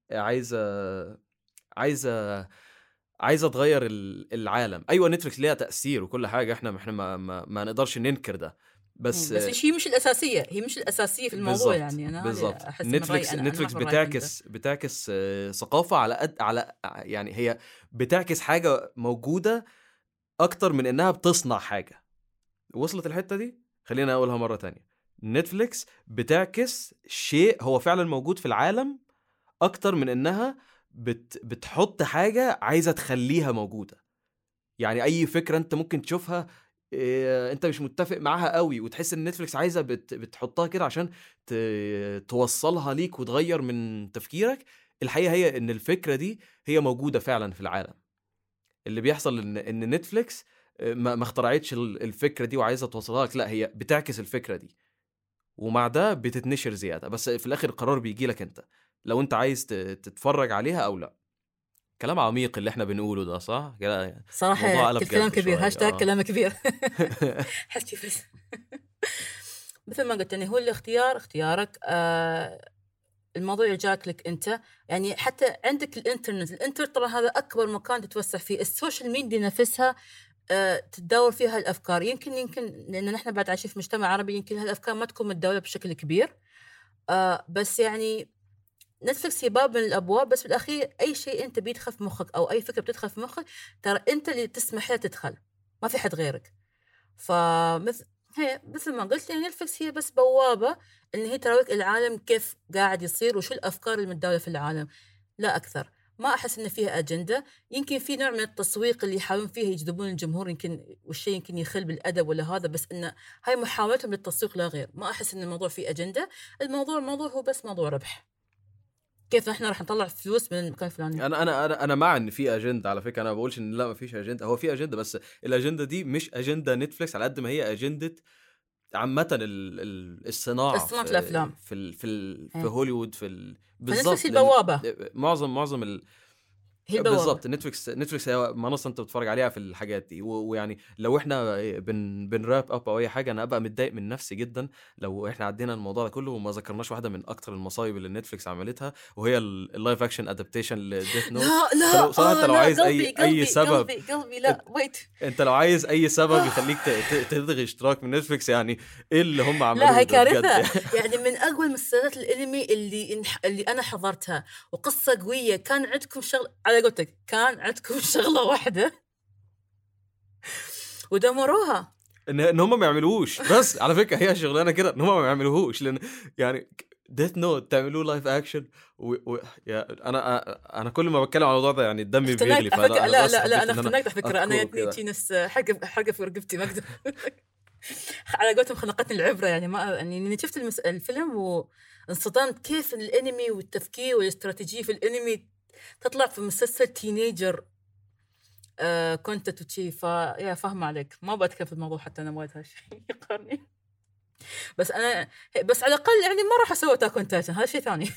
عايزه تغير العالم. ايوه نتفليكس ليها تأثير وكل حاجه، احنا ما نقدرش ننكر ده، بس هي مش الأساسية، هي مش الأساسية في الموضوع. يعني أنا بالضبط. أحس نتفليكس بتعكس ثقافة على يعني هي بتعكس حاجة موجودة أكتر من إنها بتصنع حاجة. وصلت الحتة دي؟ خلينا أقولها مرة تانية. نتفليكس بتعكس شيء هو فعلا موجود في العالم أكتر من إنها بتحط حاجة عايزة تخليها موجودة. يعني أي فكرة أنت ممكن تشوفها انت مش متفق معاها قوي وتحس ان نتفليكس عايزه بتحطها كده عشان توصلها ليك وتغير من تفكيرك. الحقيقه هي ان الفكره دي هي موجوده فعلا في العالم. اللي بيحصل ان نتفليكس ما اخترعتش الفكره دي وعايزه توصلها لك، لا هي بتعكس الفكره دي ومع ده بتتنشر زياده، بس في الاخر القرار بيجي لك انت لو انت عايز تتفرج عليها او لا. كلام عميق اللي احنا بنقوله ده، صح؟ صراحة كلام كبير، هاشتاج كلام كبير. حسي بس مثل ما قلت، يعني هو الاختيار اختيارك. الموضوع يرجعك لك انت. يعني حتى عندك الانترنت طبعا هذا اكبر مكان تتوسع فيه. السوشيال ميديا نفسها تتداول فيها الأفكار. يمكن لأن نحن بعد عايشين في مجتمع عربي يمكن هالأفكار ما تكون متداولة بشكل كبير، بس يعني نتفلكس هي باب من الأبواب، بس بالأخير أي شيء أنت بيدخل في مخك أو أي فكرة بتدخل في مخك ترى أنت اللي تسمح لها تدخل، ما في حد غيرك. مثل ما قلت يعني نتفلكس هي بس بوابة إن هي تراويك العالم كيف قاعد يصير وشو الأفكار المتداولة في العالم، لا أكثر. ما أحس إن فيها أجندة. يمكن في نوع من التسويق اللي يحاولون فيه يجذبون الجمهور، يمكن والشيء يمكن يخل بالأدب ولا هذا، بس إنه هاي محاولتهم للتسويق لا غير. ما أحس إن الموضوع فيه أجندة. الموضوع هو بس موضوع ربح، كيف احنا راح نطلع فلوس من المكان الفلاني. انا مع ان في اجنده. على فكره انا ما بقولش ان لا ما فيش اجنده، هو في اجنده، بس الاجنده دي مش اجنده نتفليكس على قد ما هي اجنده عامه الصناعه صناعة الافلام في هوليوود بالظبط. نتفليكس البوابه، معظم هي بالظبط. نتفليكس هي منصه انت بتتفرج عليها في الحاجات دي، ويعني لو احنا بنراب اب او اي حاجه انا ابقى متضايق من نفسي جدا لو احنا عدينا الموضوع ده كله وما ذكرناش واحده من اكتر المصايب اللي نتفليكس عملتها، وهي اللايف اكشن ادابتيشن لديث نوت. لا صراحه انت لو عايز اي سبب، قلبي لا ويت، انت لو عايز اي سبب يخليك تلغي اشتراك من نتفليكس، يعني ايه اللي هم عملوه؟ لا هي كارثه. يعني من اقوى مسلسلات الانمي اللي انا حضرتها، وقصه قويه. كان عندكم شغله على قولتك، كان عندكم شغله واحده ودمروها، ان هم ما يعملوش. بس على فكره هي شغلانه كده ان هم ما يعملوهوش، لان يعني ديث نوت تعملوه لايف اكشن يا انا كل ما بتكلم عن الموضوع ده يعني دمي بيغلي. لا انا اختنقت على فكره. انا يجي نفس حرقه في رقبتي ما اقدر. على قولتهم خنقتني العبره. يعني ما يعني شفت الفيلم وانصدمت كيف الانمي والتفكير والاستراتيجيه في الانمي تطلع في مسلسل تينيجر كنت تشي. يا فاهم عليك، ما بتكلم في الموضوع حتى انا وايد هالشيء يقرني. بس على الاقل يعني ما راح اسوي تاكون تايتن، هذا شيء ثاني.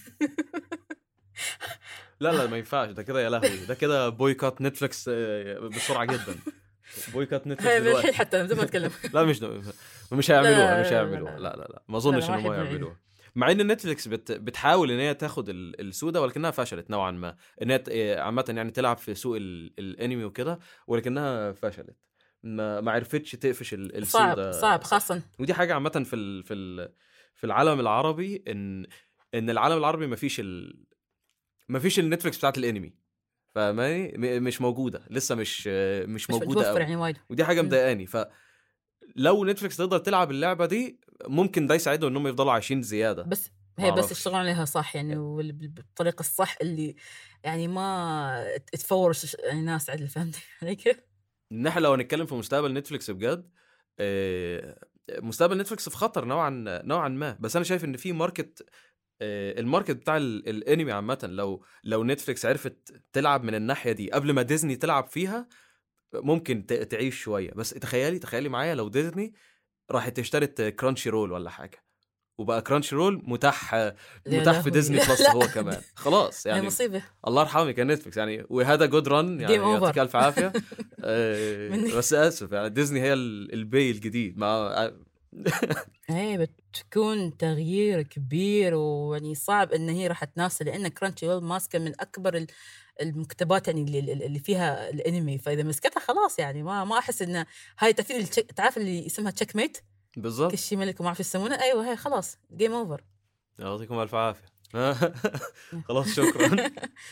لا ما ينفعش ده كده، يا لهوي ده كده بويكوت نتفليكس بسرعه جدا. بويكوت نتفليكس دلوقتي الحين حتى زي ما اتكلم. لا مش هيعملوها. لا ما اظنش انهم يعملوها، مع ان نتفليكس بتحاول ان هي تاخد السوده، ولكنها فشلت نوعا ما ان هي عامه يعني تلعب في سوق الانمي وكده، ولكنها فشلت. ما عرفتش تقفش السوده. صعب خاصه. ودي حاجه عامه في العالم العربي، ان العالم العربي ما فيش النتفليكس بتاعت الانمي، فماني مش موجوده لسه، مش موجوده يعني وايد. ودي حاجه مضايقاني. فلو نتفليكس تقدر تلعب اللعبه دي ممكن ده يساعدهم انهم يفضلوا عايشين زياده. بس هي بس يشتغلون عليها صح يعني، وبالطريقه الصح اللي يعني ما تفورش يعني ناس عدل. فهمت عليك؟ نحن لو نتكلم في مستقبل نتفليكس بجد، مستقبل نتفليكس في خطر نوعا ما. بس انا شايف ان في ماركت، الماركت بتاع الانمي عامه، لو نتفليكس عرفت تلعب من الناحيه دي قبل ما ديزني تلعب فيها ممكن تعيش شويه. بس تخيلي معايا لو ديزني راحت اشترت كرانشي رول ولا حاجه، وبقى كرانشي رول متاح في ديزني بلس هو كمان، خلاص يعني مصيبه. الله يرحمك يا نتفليكس يعني، وهذا جود ران يعني يعطيك الف عافيه. بس اسف يعني ديزني هي البي الجديد مع هي بتكون تغيير كبير، ويعني صعب ان هي راح تنافس، لان كرانشي رول ماسكه من اكبر المكتبات يعني اللي فيها الانمي. فاذا مسكتها خلاص يعني ما احس ان هاي تعرف اللي اسمها تشيك ميت بالضبط، كشي ملك وما اعرف يسمونه. ايوه هاي خلاص جيم اوفر. يعطيكم الف عافيه. خلاص شكرا.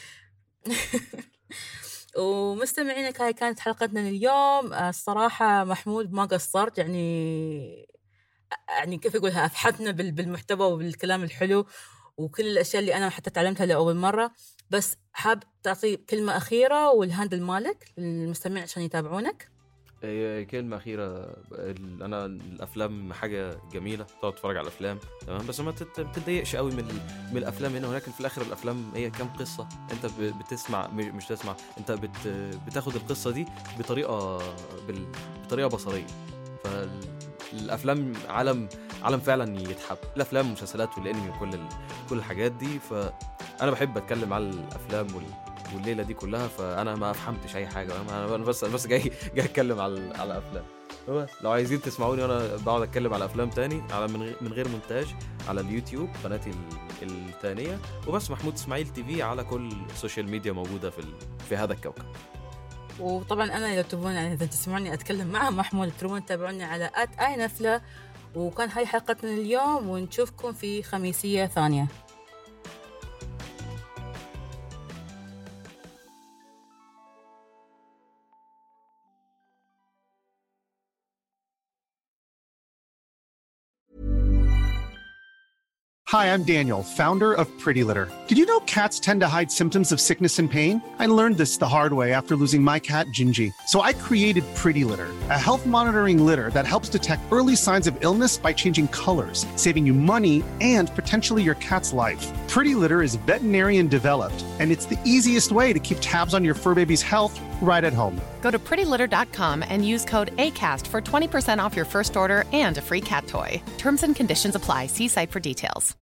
ومستمعينك هاي كانت حلقتنا اليوم. الصراحه محمود ما قصرت يعني كيف اقولها، افحتنا بالمحتوى وبالكلام الحلو وكل الاشياء اللي انا حتى تعلمتها لاول مره. بس حاب تعطي كلمه اخيره والهاندل مالك للمستمعين عشان يتابعونك. كلمه اخيره، انا الافلام حاجه جميله، تقعد تتفرج على الافلام تمام، بس ما تتضايقش قوي من الافلام هنا، ولكن في الاخر الافلام هي كام قصه انت بتسمع، مش تسمع، انت بتاخد القصه دي بطريقه بصريه. فالافلام عالم فعلا يتحب، الافلام والمسلسلات والانمي وكل الحاجات دي. فانا بحب اتكلم على الافلام والليله دي كلها، فانا ما فهمتش اي حاجه، انا بس جاي اتكلم على افلام. بس لو عايزين تسمعوني وانا بقعد اتكلم على افلام تاني على من غير مونتاج على اليوتيوب قناتي الثانيه، وبس محمود اسماعيل تي في على كل السوشيال ميديا موجوده في هذا الكوكب. وطبعا أنا لو تبون يعني إذا تسمعني أتكلم مع محمود تروون تابعوني على @inafla. وكان هاي حلقتنا اليوم، ونشوفكم في خميسية ثانية. Hi, I'm Daniel, founder of Pretty Litter. Did you know cats tend to hide symptoms of sickness and pain? I learned this the hard way after losing my cat, Gingy. So I created Pretty Litter, a health monitoring litter that helps detect early signs of illness by changing colors, saving you money and potentially your cat's life. Pretty Litter is veterinarian developed, and it's the easiest way to keep tabs on your fur baby's health right at home. Go to prettylitter.com and use code ACAST for 20% off your first order and a free cat toy. Terms and conditions apply. See site for details.